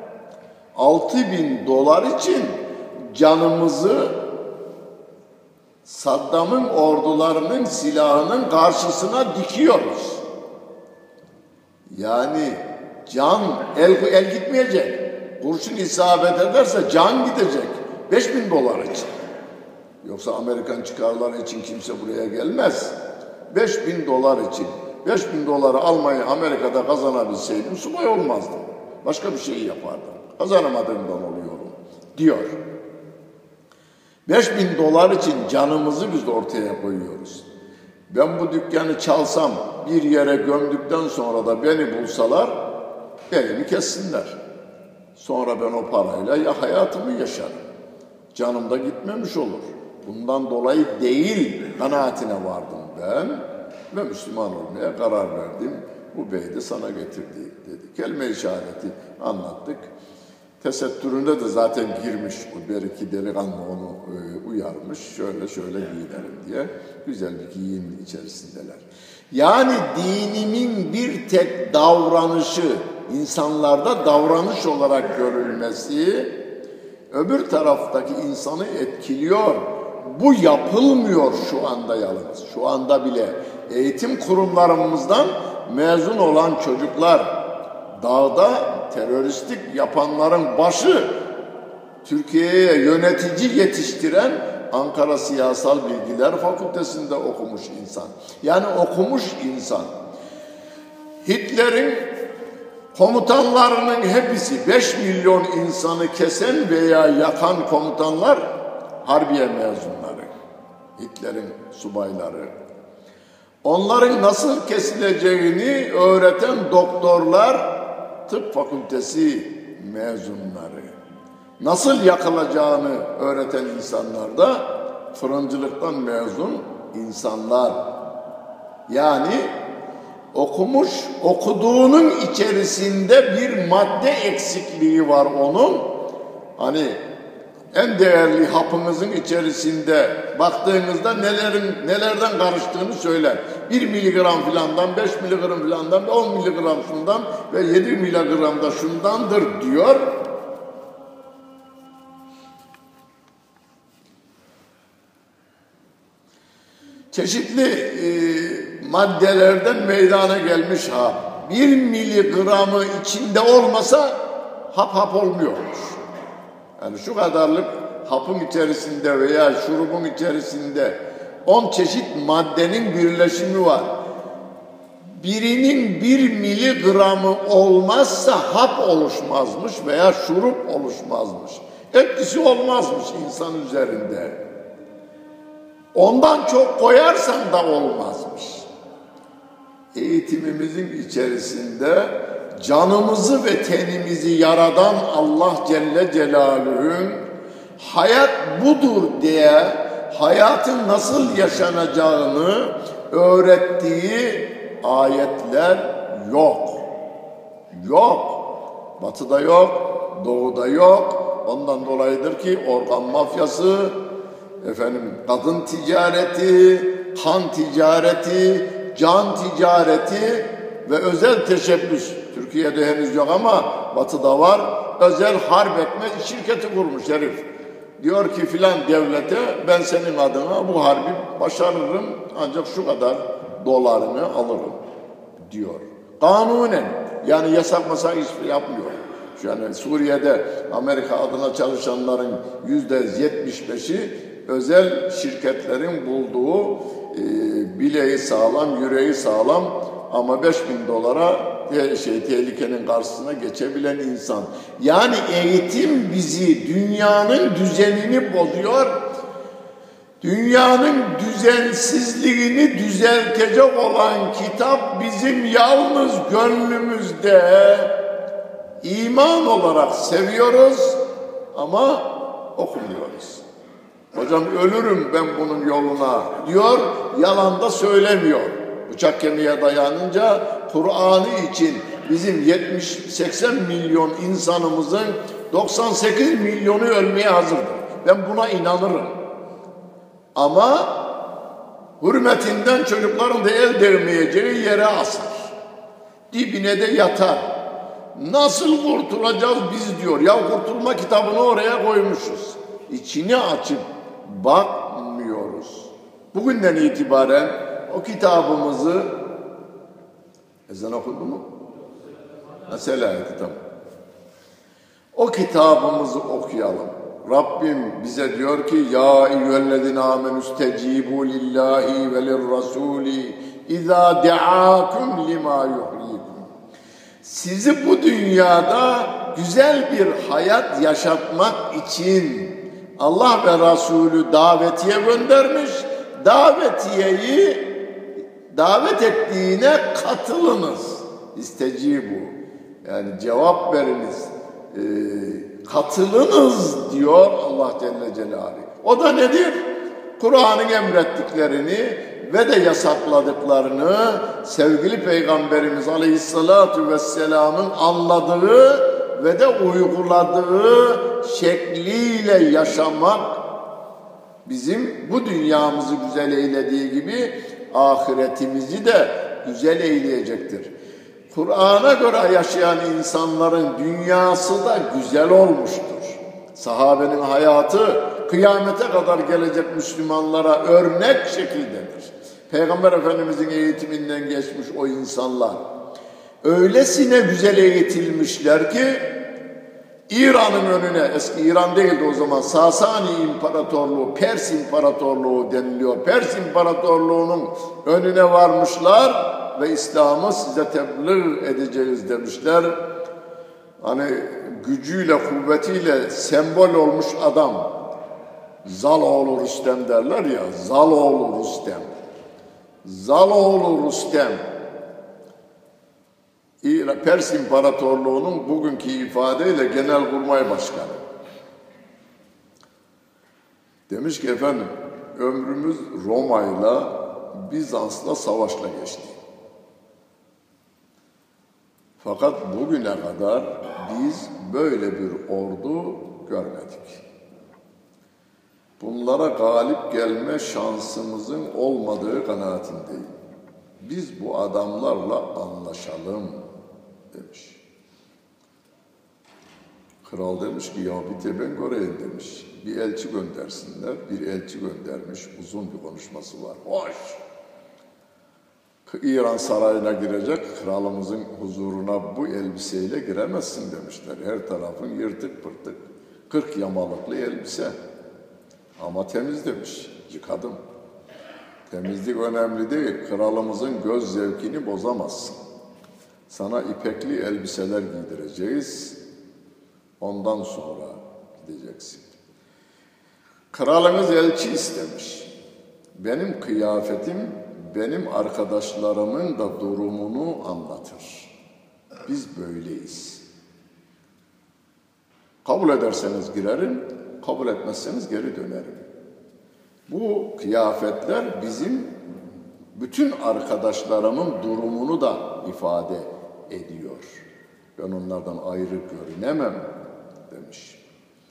$6.000 için canımızı Saddam'ın ordularının silahının karşısına dikiyoruz. Yani can, el gitmeyecek. Kurşun isabet ederse can gidecek. $5.000 için. Yoksa Amerikan çıkarları için kimse buraya gelmez. $5.000 için. $5.000 almayı Amerika'da kazanabilseydim subay olmazdım. Başka bir şey yapardım. Kazanamadığımdan oluyorum diyor. $5.000 için canımızı biz ortaya koyuyoruz. Ben bu dükkanı çalsam, bir yere gömdükten sonra da beni bulsalar, elimi kessinler. Sonra ben o parayla ya hayatımı yaşarım. Canım da gitmemiş olur. Bundan dolayı değil kanaatine vardım ben ve Müslüman olmaya karar verdim. Bu bey de sana getirdi dedi. Kelime-i şehadeti anlattık. Tesettüründe de zaten girmiş. O bir iki delikanlı onu uyarmış. Şöyle giyinelim diye. Güzel bir giyin içerisindeler. Yani dinimin bir tek davranışı, insanlarda davranış olarak görülmesi, öbür taraftaki insanı etkiliyor. Bu yapılmıyor şu anda yalnız. Şu anda bile eğitim kurumlarımızdan mezun olan çocuklar, dağda teröristlik yapanların başı, Türkiye'ye yönetici yetiştiren Ankara Siyasal Bilgiler Fakültesi'nde okumuş insan. Yani okumuş insan. Hitler'in Komutanlarının hepsi 5 milyon insanı kesen veya yakan komutanlar harbiye mezunları. Hitler'in subayları. Onların nasıl kesileceğini öğreten doktorlar, tıp fakültesi mezunları. Nasıl yakılacağını öğreten insanlar da fırıncılıktan mezun insanlar. Yani okuduğunun içerisinde bir madde eksikliği var onun. Hani en değerli hapınızın içerisinde baktığınızda nelerden karıştığını söyler. 1 miligram filandan, 5 miligram filandan, 10 miligram şundan ve 7 miligram da şundandır diyor. Çeşitli maddelerden meydana gelmiş hap. 1 miligramı içinde olmasa hap olmuyormuş. Yani şu kadarlık hapın içerisinde veya şurubun içerisinde 10 çeşit maddenin birleşimi var. Birinin 1 miligramı olmazsa hap oluşmazmış veya şurup oluşmazmış. Etkisi olmazmış insan üzerinde. Ondan çok koyarsan da olmazmış. Eğitimimizin içerisinde canımızı ve tenimizi yaradan Allah Celle Celaluhu'nun hayat budur diye hayatın nasıl yaşanacağını öğrettiği ayetler yok. Yok. Batı'da yok, Doğu'da yok. Ondan dolayıdır ki organ mafyası, kadın ticareti, kan ticareti, can ticareti ve özel teşebbüs. Türkiye'de henüz yok ama Batı'da var. Özel harp etme şirketi kurmuş herif. Diyor ki filan devlete ben senin adına bu harbi başarırım ancak şu kadar dolarını alırım diyor. Kanunen yani yasak masak hiçbir şey yapmıyor. Yani Suriye'de Amerika adına çalışanların %75'i özel şirketlerin bulduğu bileği sağlam, yüreği sağlam ama 5.000 dolara tehlikenin karşısına geçebilen insan. Yani eğitim bizi dünyanın düzenini bozuyor. Dünyanın düzensizliğini düzeltecek olan kitap bizim yalnız gönlümüzde iman olarak seviyoruz ama okumuyoruz. Hocam ölürüm ben bunun yoluna diyor, yalan da söylemiyor. Bıçak kemiğe dayanınca Kur'an'ı için bizim 70-80 milyon insanımızın 98 milyonu ölmeye hazırdır. Ben buna inanırım. Ama hürmetinden çocukların da el değmeyeceği yere asar. Dibine de yatar. Nasıl kurtulacağız biz diyor. Ya kurtulma kitabını oraya koymuşuz. İçini açıp bakmıyoruz. Bugünden itibaren o kitabımızı ezan okundu mu? Mesela tamam. O kitabımızı okuyalım. Rabbim bize diyor ki ya eyyühellezine amenüstecibu lillahi ve lirrasuli izâ de'âkum limâ yuhyikum. Sizi bu dünyada güzel bir hayat yaşatmak için Allah ve Resulü davetiye göndermiş. Davetiyeyi davet ettiğine katılınız. İstecibu. Yani cevap veriniz. Katılınız diyor Allah Celle Celaluhu. O da nedir? Kur'an'ın emrettiklerini ve de yasakladıklarını sevgili Peygamberimiz Aleyhisselatü Vesselam'ın anladığı ve de uyguladığı şekliyle yaşamak bizim bu dünyamızı güzel eylediği gibi ahiretimizi de güzel eyleyecektir. Kur'an'a göre yaşayan insanların dünyası da güzel olmuştur. Sahabenin hayatı kıyamete kadar gelecek Müslümanlara örnek şekildedir. Peygamber Efendimizin eğitiminden geçmiş o insanlar öylesine güzel eğitilmişler ki İran'ın önüne, eski İran değildi o zaman, Sasani İmparatorluğu, Pers İmparatorluğu deniliyor. Pers İmparatorluğu'nun önüne varmışlar. ve İslam'ı size tebliğ edeceğiz demişler. Hani gücüyle, kuvvetiyle sembol olmuş adam. Zaloğlu Rüstem derler ya, Zaloğlu Rüstem. Zaloğlu Rüstem, Pers İmparatorluğu'nun bugünkü ifadeyle Genelkurmay Başkanı. Demiş ki efendim, ömrümüz Roma'yla, Bizans'la savaşla geçti. Fakat bugüne kadar biz böyle bir ordu görmedik. Bunlara galip gelme şansımızın olmadığı kanaatindeyim. Biz bu adamlarla anlaşalım demiş. Kral demiş ki ya bir de ben göreyim demiş. Bir elçi göndersinler. Bir elçi göndermiş. Uzun bir konuşması var. Hoş. İran sarayına girecek. Kralımızın huzuruna bu elbiseyle giremezsin demişler. Her tarafın yırtık pırtık. 40 yamalıklı elbise. Ama temiz demiş. Yıkadım. Temizlik önemli değil. Kralımızın göz zevkini bozamazsın. Sana ipekli elbiseler giydireceğiz. Ondan sonra gideceksin. Kralınız elçi istemiş. Benim kıyafetim, benim arkadaşlarımın da durumunu anlatır. Biz böyleyiz. Kabul ederseniz girerim, kabul etmezseniz geri dönerim. Bu kıyafetler bizim bütün arkadaşlarımın durumunu da ifade ediyor. Ben onlardan ayrı görünemem demiş.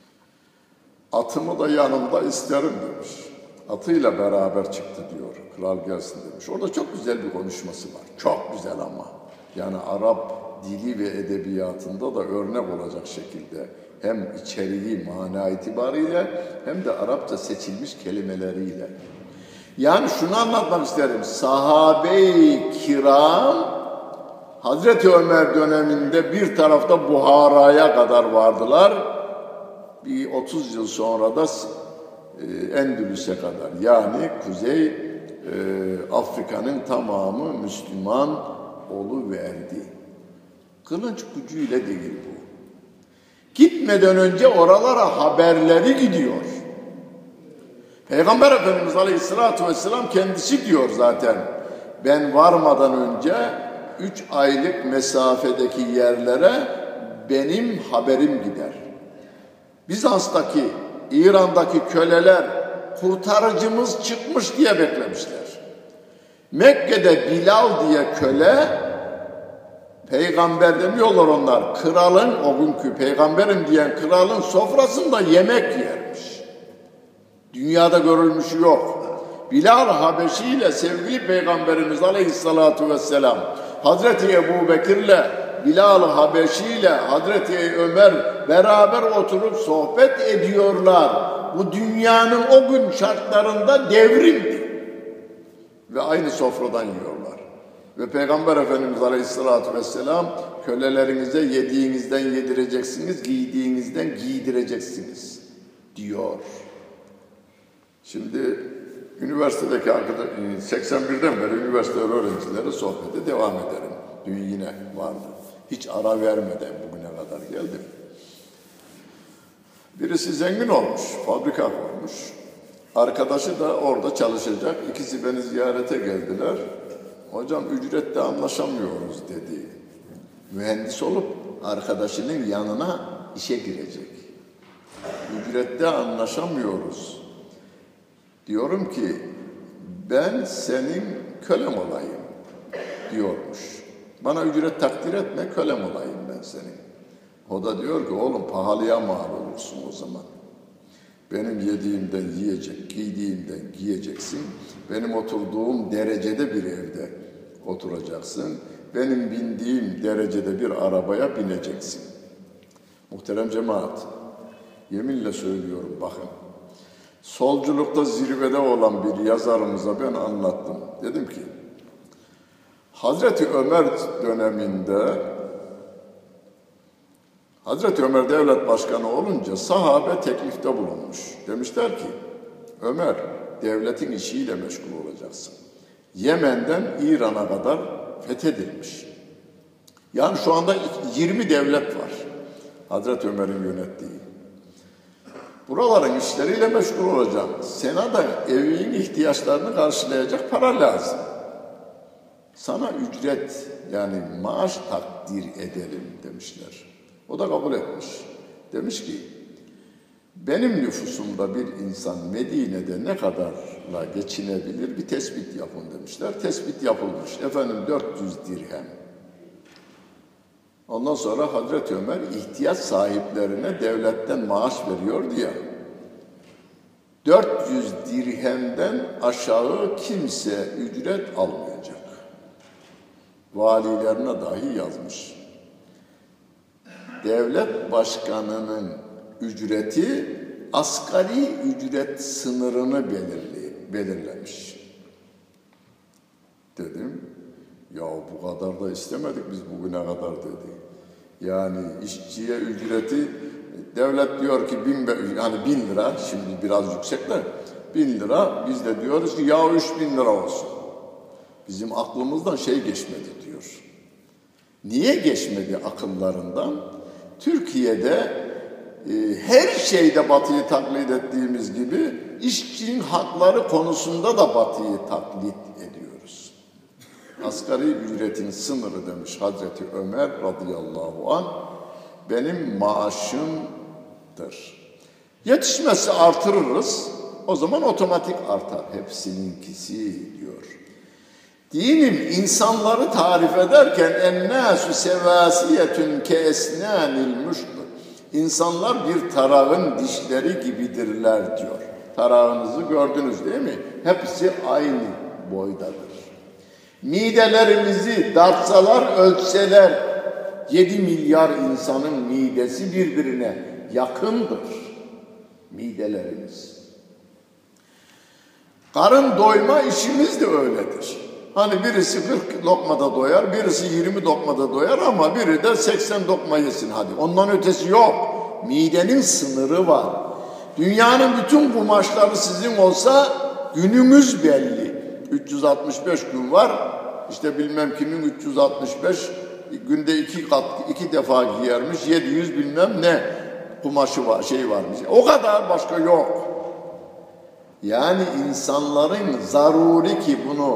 Atımı da yanımda isterim demiş. Atıyla beraber çıktı diyor. Kral gelsin demiş. Orada çok güzel bir konuşması var. Çok güzel ama. Yani Arap dili ve edebiyatında da örnek olacak şekilde hem içeriği, mana itibariyle hem de Arapça seçilmiş kelimeleriyle. Yani şunu anlatmak isterim. Sahabe-i kiram Hazreti Ömer döneminde bir tarafta Buhara'ya kadar vardılar. Bir 30 yıl sonra da Endülüs'e kadar. Yani Kuzey Afrika'nın tamamı Müslüman oluverdi. Kılınç gücüyle değil bu. Gitmeden önce oralara haberleri gidiyor. Peygamber Efendimiz Aleyhisselatü Vesselam kendisi diyor zaten. Ben varmadan önce 3 aylık mesafedeki yerlere benim haberim gider. Bizans'taki, İran'daki köleler kurtarıcımız çıkmış diye beklemişler. Mekke'de Bilal diye köle, peygamber demiyorlar onlar, kralın, o günkü peygamberim diyen kralın sofrasında yemek yermiş. Dünyada görülmüşü yok. Bilal Habeşi ile sevgili Peygamberimiz Aleyhisselatü Vesselam, Hazreti Ebu Bekir'le, Bilal Habeşi ile Hazreti Ömer beraber oturup sohbet ediyorlar. Bu dünyanın o gün şartlarında devrimdi. Ve aynı sofradan yiyorlar. Ve Peygamber Efendimiz Aleyhisselatü Vesselam, kölelerinize yediğinizden yedireceksiniz, giydiğinizden giydireceksiniz diyor. Şimdi üniversitedeki 81'den beri üniversite öğrencileri sohbete devam ederim. Dün yine vardı. Hiç ara vermeden bugüne kadar geldim. Birisi zengin olmuş, fabrika kurmuş. Arkadaşı da orada çalışacak. İkisi beni ziyarete geldiler. Hocam ücrette anlaşamıyoruz dedi. Mühendis olup arkadaşının yanına işe girecek. Ücrette anlaşamıyoruz. Diyorum ki ben senin kölem olayım diyormuş. Bana ücret takdir etme, kölem olayım ben senin. O da diyor ki oğlum pahalıya mal olursun o zaman. Benim yediğimden yiyecek, giydiğimden giyeceksin. Benim oturduğum derecede bir evde oturacaksın. Benim bindiğim derecede bir arabaya bineceksin. Muhterem cemaat, yeminle söylüyorum bakın. Solculukta zirvede olan bir yazarımıza ben anlattım. Dedim ki, Hazreti Ömer döneminde, Hazreti Ömer devlet başkanı olunca sahabe teklifte bulunmuş. Demişler ki, Ömer devletin işiyle meşgul olacaksın. Yemen'den İran'a kadar fethedilmiş. Yani şu anda 20 devlet var. Hazreti Ömer'in yönettiği. Buraların işleriyle meşgul olacak. Sana da evinin ihtiyaçlarını karşılayacak para lazım. Sana ücret, yani maaş takdir edelim demişler. O da kabul etmiş. Demiş ki, benim nüfusumda bir insan Medine'de ne kadarla geçinebilir bir tespit yapın demişler. Tespit yapılmış. Efendim 400 dirhem. Ondan sonra Hazreti Ömer ihtiyaç sahiplerine devletten maaş veriyordu ya. 400 dirhemden aşağı kimse ücret almayacak. Valilerine dahi yazmış. Devlet başkanının ücreti asgari ücret sınırını belirlemiş. Dedim, ya bu kadar da istemedik biz bugüne kadar dedi. Yani işçiye ücreti devlet diyor ki 1000 lira, şimdi biraz yüksek de 1000 lira, biz de diyoruz ki ya 3000 lira olsun. Bizim aklımızdan geçmedi diyor. Niye geçmedi akıllarından? Türkiye'de her şeyde Batı'yı taklit ettiğimiz gibi işçinin hakları konusunda da Batı'yı taklit ediyoruz. Asgari ücretin sınırı demiş Hazreti Ömer radıyallahu anh, benim maaşımdır. Yetişmezse artırırız, o zaman otomatik artar. Hepsininkisi diyor. Dinim insanları tarif ederken ennâsü sevâsiyetün keesnânil müşt. İnsanlar bir tarağın dişleri gibidirler diyor. Tarağınızı gördünüz değil mi? Hepsi aynı boydadır. Midelerimizi dartsalar, ölçseler 7 milyar insanın midesi birbirine yakındır. Midelerimiz. Karın doyma işimiz de öyledir. Hani birisi 40 lokmada doyar, birisi 20 lokmada doyar ama biri de 80 lokma yesin hadi. Ondan ötesi yok. Midenin sınırı var. Dünyanın bütün kumaşları sizin olsa günümüz belli. 365 gün var. İşte bilmem kimin 365 günde 2 defa giyermiş. 700 bilmem ne kumaşı var, varmış. O kadar, başka yok. Yani insanların zaruri ki bunu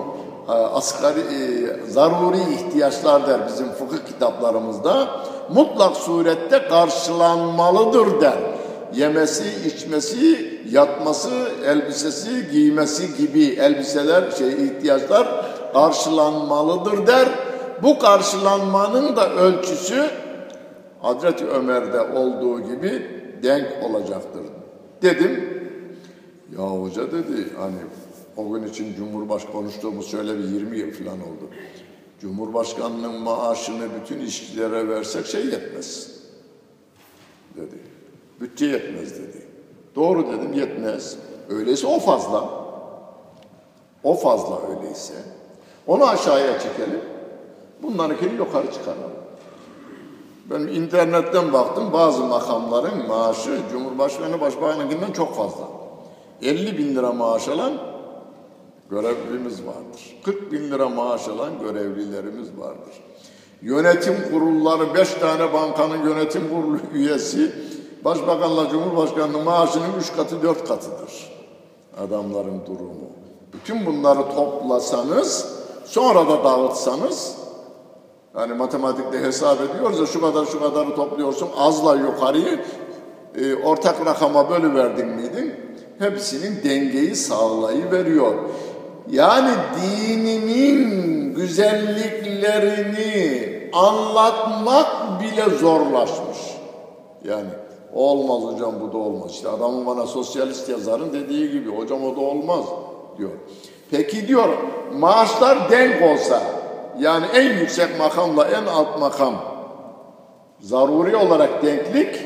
zaruri ihtiyaçlar der bizim fıkıh kitaplarımızda, mutlak surette karşılanmalıdır der. Yemesi, içmesi, yatması, elbisesi, giymesi gibi elbiseler, ihtiyaçlar karşılanmalıdır der. Bu karşılanmanın da ölçüsü Hazreti Ömer'de olduğu gibi denk olacaktır dedim. Ya hoca dedi, hani o gün için Cumhurbaşkanı konuştuğumuz şöyle bir 20 yıl falan oldu. Cumhurbaşkanının maaşını bütün işçilere versek yetmez dedi. Bütçe yetmez dedi. Doğru dedim, yetmez. Öyleyse o fazla. O fazla öyleyse. Onu aşağıya çekelim. Bunlarınkini yukarı çıkaralım. Ben internetten baktım, bazı makamların maaşı Cumhurbaşkanı Başbakanı'ndan çok fazla. 50 bin lira maaş alan görevlimiz vardır. 40 bin lira maaş alan görevlilerimiz vardır. Yönetim kurulları, 5 tane bankanın yönetim kurulu üyesi, Başbakanla Cumhurbaşkanı'nın maaşının 3 katı 4 katıdır. Adamların durumu. Bütün bunları toplasanız, sonra da dağıtsanız, yani matematikte hesap ediyoruz ya, şu kadarı topluyorsun, azla yukarıyı ortak rakama bölüverdin miydin? Hepsinin dengeyi sağlayıveriyor. Yani dininin güzelliklerini anlatmak bile zorlaşmış. Yani olmaz hocam, bu da olmaz. İşte adamın bana sosyalist yazarın dediği gibi, hocam o da olmaz diyor. Peki diyor, maaşlar denk olsa, yani en yüksek makamla en alt makam zaruri olarak denklik,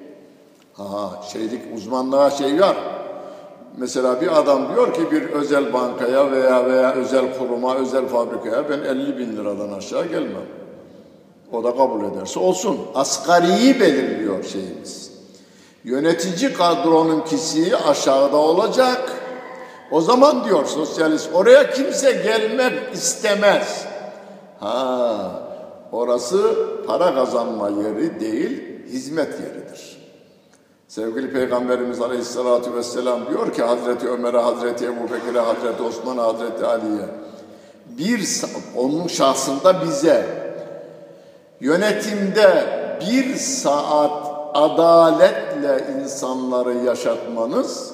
uzmanlığa var. Mesela bir adam diyor ki bir özel bankaya veya özel kuruma, özel fabrikaya ben 50 bin liradan aşağı gelmem. O da kabul ederse olsun. Asgariyi belirliyor şeyimiz. Yönetici kadronun kişisi aşağıda olacak. O zaman diyor sosyalist, oraya kimse gelmek istemez. Orası para kazanma yeri değil, hizmet yeridir. Sevgili Peygamberimiz Aleyhisselatü Vesselam diyor ki Hazreti Ömer'e, Hazreti Ebu Bekir'e, Hazreti Osman'a, Hazreti Ali'ye, onun şahsında bize yönetimde 1 saat adaletle insanları yaşatmanız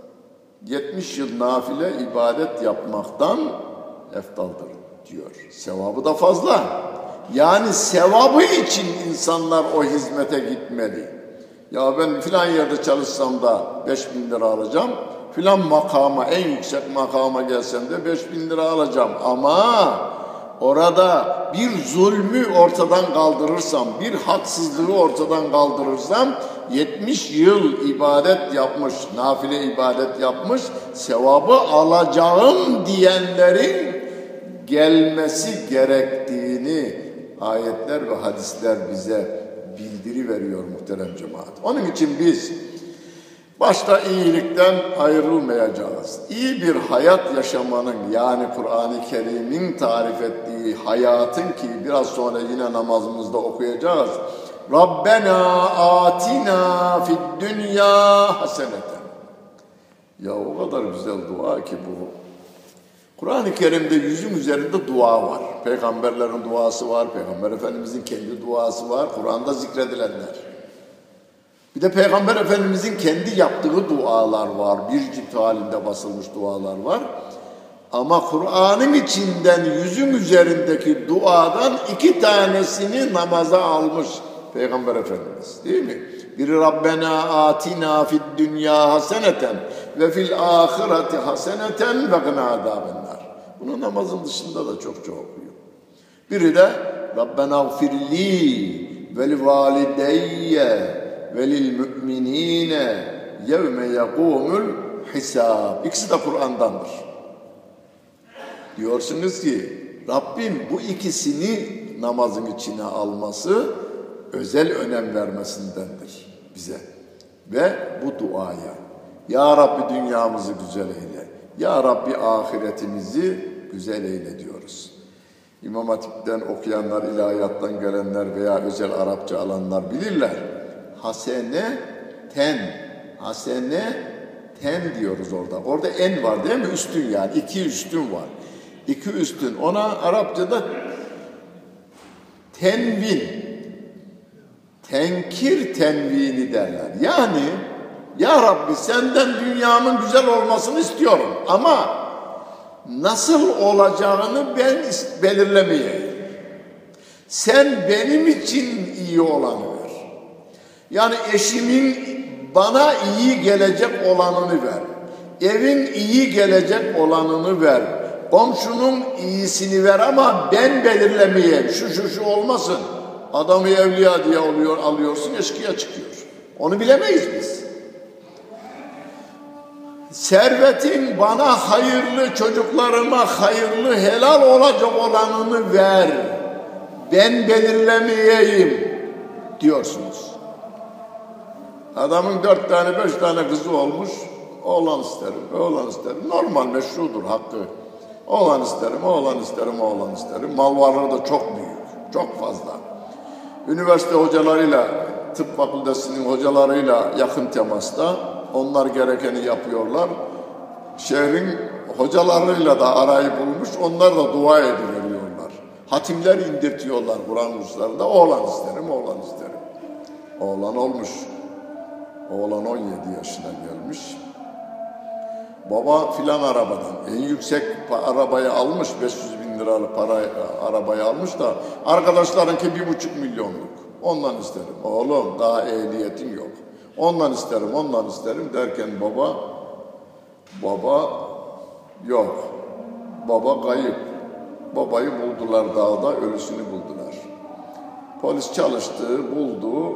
70 yıl nafile ibadet yapmaktan eftaldır diyor. Sevabı da fazla. Yani sevabı için insanlar o hizmete gitmeli. Ya ben filan yerde çalışsam da 5.000 lira alacağım. Filan makama, en yüksek makama gelsem de 5.000 lira alacağım. Ama orada bir zulmü ortadan kaldırırsam, bir haksızlığı ortadan kaldırırsam 70 yıl ibadet yapmış, nafile ibadet yapmış, sevabı alacağım diyenlerin gelmesi gerektiğini ayetler ve hadisler bize bildiri veriyor muhterem cemaat. Onun için biz başta iyilikten ayrılmayacağız. İyi bir hayat yaşamanın, yani Kur'an-ı Kerim'in tarif ettiği hayatın ki biraz sonra yine namazımızda okuyacağız. Rabbena atina fid dünya haseneten. Ya o kadar güzel dua ki bu. Kur'an-ı Kerim'de 100'ün üzerinde dua var. Peygamberlerin duası var, Peygamber Efendimizin kendi duası var, Kur'an'da zikredilenler. Bir de Peygamber Efendimizin kendi yaptığı dualar var, bir cilt halinde basılmış dualar var. Ama Kur'an'ın içinden 100'ün üzerindeki duadan 2 tanesini namaza almış Peygamber Efendimiz, değil mi? Biri Rabbena atina fid dünya haseneten ve fil ahireti haseneten ve gına azabennar. Bunu namazın dışında da çokça okuyor. Biri de Rabbena gfirli ve li valideyye ve lil müminine yevme yekumul hisab. İkisi de Kur'an'dandır. Diyorsunuz ki Rabbim bu ikisini namazın içine alması özel önem vermesindendir bize. Ve bu duaya Ya Rabbi dünyamızı güzel eyle, Ya Rabbi ahiretimizi güzel eyle diyoruz. İmam Hatip'ten okuyanlar, ilahiyattan gelenler veya özel Arapça alanlar bilirler. Hasene ten diyoruz orada. Orada en var değil mi? Üstün yani. 2 üstün var. 2 üstün. Ona Arapçada tenvin, tenkir tenvini derler. Yani Ya Rabbi senden dünyamın güzel olmasını istiyorum ama nasıl olacağını ben belirlemeyeyim. Sen benim için iyi olanı ver. Yani eşimin bana iyi gelecek olanını ver. Evin iyi gelecek olanını ver. Komşunun iyisini ver ama ben belirlemeyeyim. Şu olmasın. Adamı evliya diye alıyorsun, eşkıya çıkıyor. Onu bilemeyiz biz. Servetin bana hayırlı, çocuklarıma hayırlı, helal olacak olanını ver. Ben belirlemeyeyim diyorsunuz. Adamın 4 tane 5 tane kızı olmuş. Oğlan isterim, oğlan isterim. Normal, meşrudur, hakkı. Oğlan isterim, oğlan isterim, oğlan isterim. Mal varlığı da çok büyük, çok fazla. Üniversite hocalarıyla, tıp fakültesinin hocalarıyla yakın temasta. Onlar gerekeni yapıyorlar. Şehrin hocalarıyla da arayı bulmuş. Onlar da dua ediliyorlar. Hatimler indirtiyorlar Kur'an kurslarında. Oğlan isterim, oğlan isterim. Oğlan olmuş. Oğlan 17 yaşına gelmiş. Baba filan arabadan en yüksek arabayı almış, 500.000 liralık arabayı almış da arkadaşlarınki 1,5 milyonluk. Ondan isterim. Oğlum daha ehliyetin yok. Ondan isterim derken baba yok. Baba kayıp. Babayı buldular dağda, ölüsünü buldular. Polis çalıştı, buldu.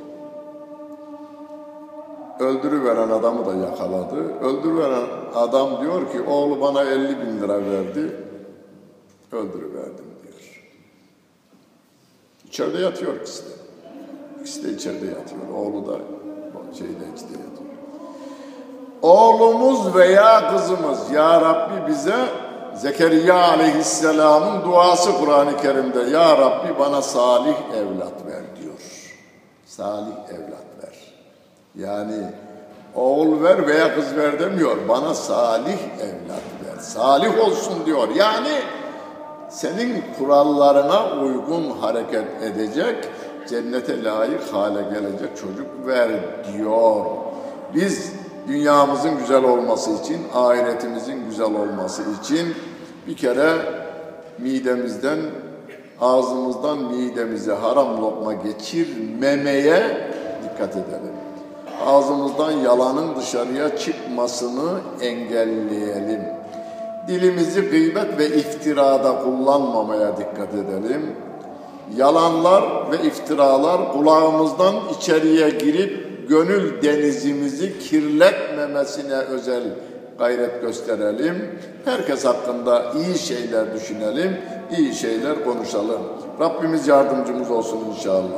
Öldürüveren adamı da yakaladı. Öldürüveren adam diyor ki oğlu bana 50.000 lira verdi. Öldürüverdim diyor. İçeride yatıyor ikisi de. İkisi de içeride yatıyor. Oğlu da içeride yatıyor. Oğlumuz veya kızımız Ya Rabbi bize Zekeriya aleyhisselamın duası Kur'an-ı Kerim'de. Ya Rabbi bana salih evlat ver diyor. Salih evlat ver. Yani oğul ver veya kız ver demiyor. Bana salih evlat ver. Salih olsun diyor. Yani senin kurallarına uygun hareket edecek, cennete layık hale gelecek çocuk ver diyor. Biz dünyamızın güzel olması için, ahiretimizin güzel olması için bir kere midemizden, ağzımızdan midemize haram lokma geçirmemeye dikkat edelim. Ağzımızdan yalanın dışarıya çıkmasını engelleyelim. Dilimizi gıybet ve iftirada kullanmamaya dikkat edelim. Yalanlar ve iftiralar kulağımızdan içeriye girip gönül denizimizi kirletmemesine özel gayret gösterelim. Herkes hakkında iyi şeyler düşünelim, iyi şeyler konuşalım. Rabbimiz yardımcımız olsun inşallah.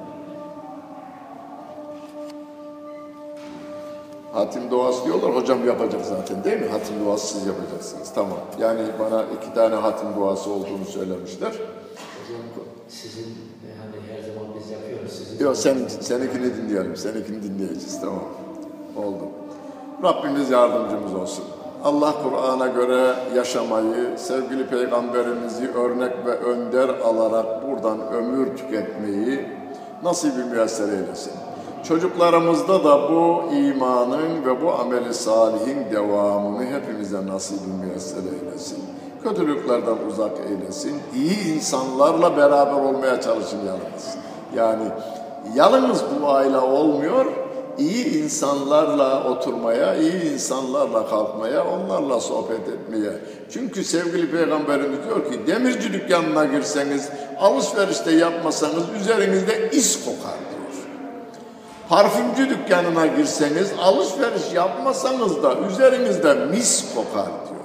Hatim duası diyorlar, hocam yapacak zaten değil mi? Hatim duası siz yapacaksınız, tamam. Yani bana 2 tane hatim duası olduğunu söylemişler. Hocam sizin hani her zaman biz yapıyoruz. Sizin yok seninkini dinleyelim, seninkini dinleyeceğiz, tamam. Oldu. Rabbimiz yardımcımız olsun. Allah Kur'an'a göre yaşamayı, sevgili Peygamberimizi örnek ve önder alarak buradan ömür tüketmeyi nasip-i müyesser eylesin. Çocuklarımızda da bu imanın ve bu ameli salihin devamını hepimize nasip-i müyesser eylesin. Kötülüklerden uzak eylesin. İyi insanlarla beraber olmaya çalışın yalnız. Yani yalnız duayla olmuyor, iyi insanlarla oturmaya, iyi insanlarla kalkmaya, onlarla sohbet etmeye. Çünkü sevgili Peygamberimiz diyor ki, demirci dükkanına girseniz, alışverişte yapmasanız üzerinizde is kokar diyor. Parfümcü dükkanına girseniz, alışveriş yapmasanız da üzerinizde mis kokar diyor.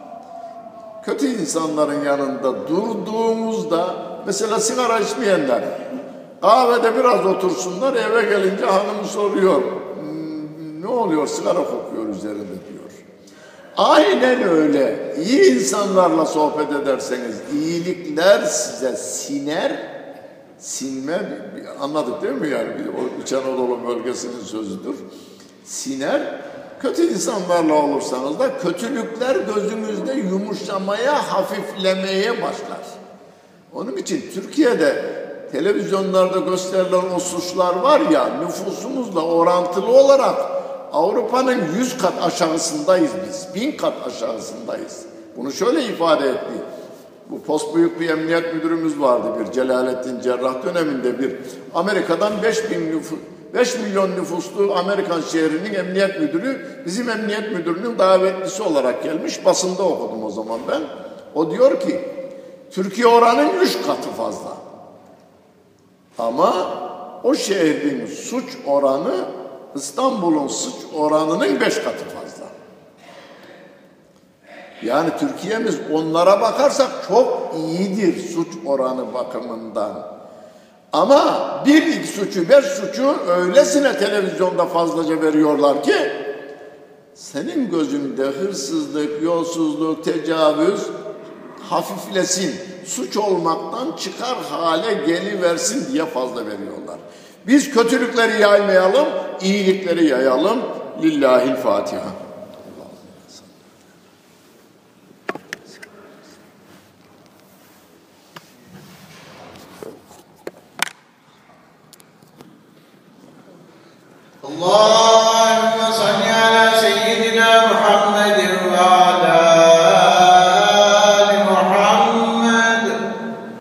Kötü insanların yanında durduğumuzda, mesela sigara içmeyenler, kahvede biraz otursunlar, eve gelince hanım soruyor, ne oluyor, sigara kokuyor üzerinde diyor. Aynen öyle. İyi insanlarla sohbet ederseniz, iyilikler size sinme, anladık değil mi yani? O İç Anadolu bölgesinin sözüdür. Siner. Kötü insanlarla olursanız da kötülükler gözünüzde yumuşamaya, hafiflemeye başlar. Onun için Türkiye'de televizyonlarda gösterilen o suçlar var ya, nüfusumuzla orantılı olarak Avrupa'nın 100 kat aşağısındayız biz. 1000 kat aşağısındayız. Bunu şöyle ifade etti. Bu postbüyük bir emniyet müdürümüz vardı, bir Celalettin Cerrah döneminde bir Amerika'dan 5 milyon nüfuslu Amerikan şehrinin emniyet müdürü, bizim emniyet müdürünün davetlisi olarak gelmiş. Basında okudum o zaman ben. O diyor ki, Türkiye oranın 3 katı fazla. Ama o şehrin suç oranı İstanbul'un suç oranının 5 katı fazla. Yani Türkiye'miz onlara bakarsak çok iyidir suç oranı bakımından. Ama 1-2 suçu, 5 suçu öylesine televizyonda fazlaca veriyorlar ki senin gözünde hırsızlık, yolsuzluk, tecavüz hafiflesin, suç olmaktan çıkar hale geliversin diye fazla veriyorlar. Biz kötülükleri yaymayalım, iyilikleri yayalım. Lillahil Fatiha. Allah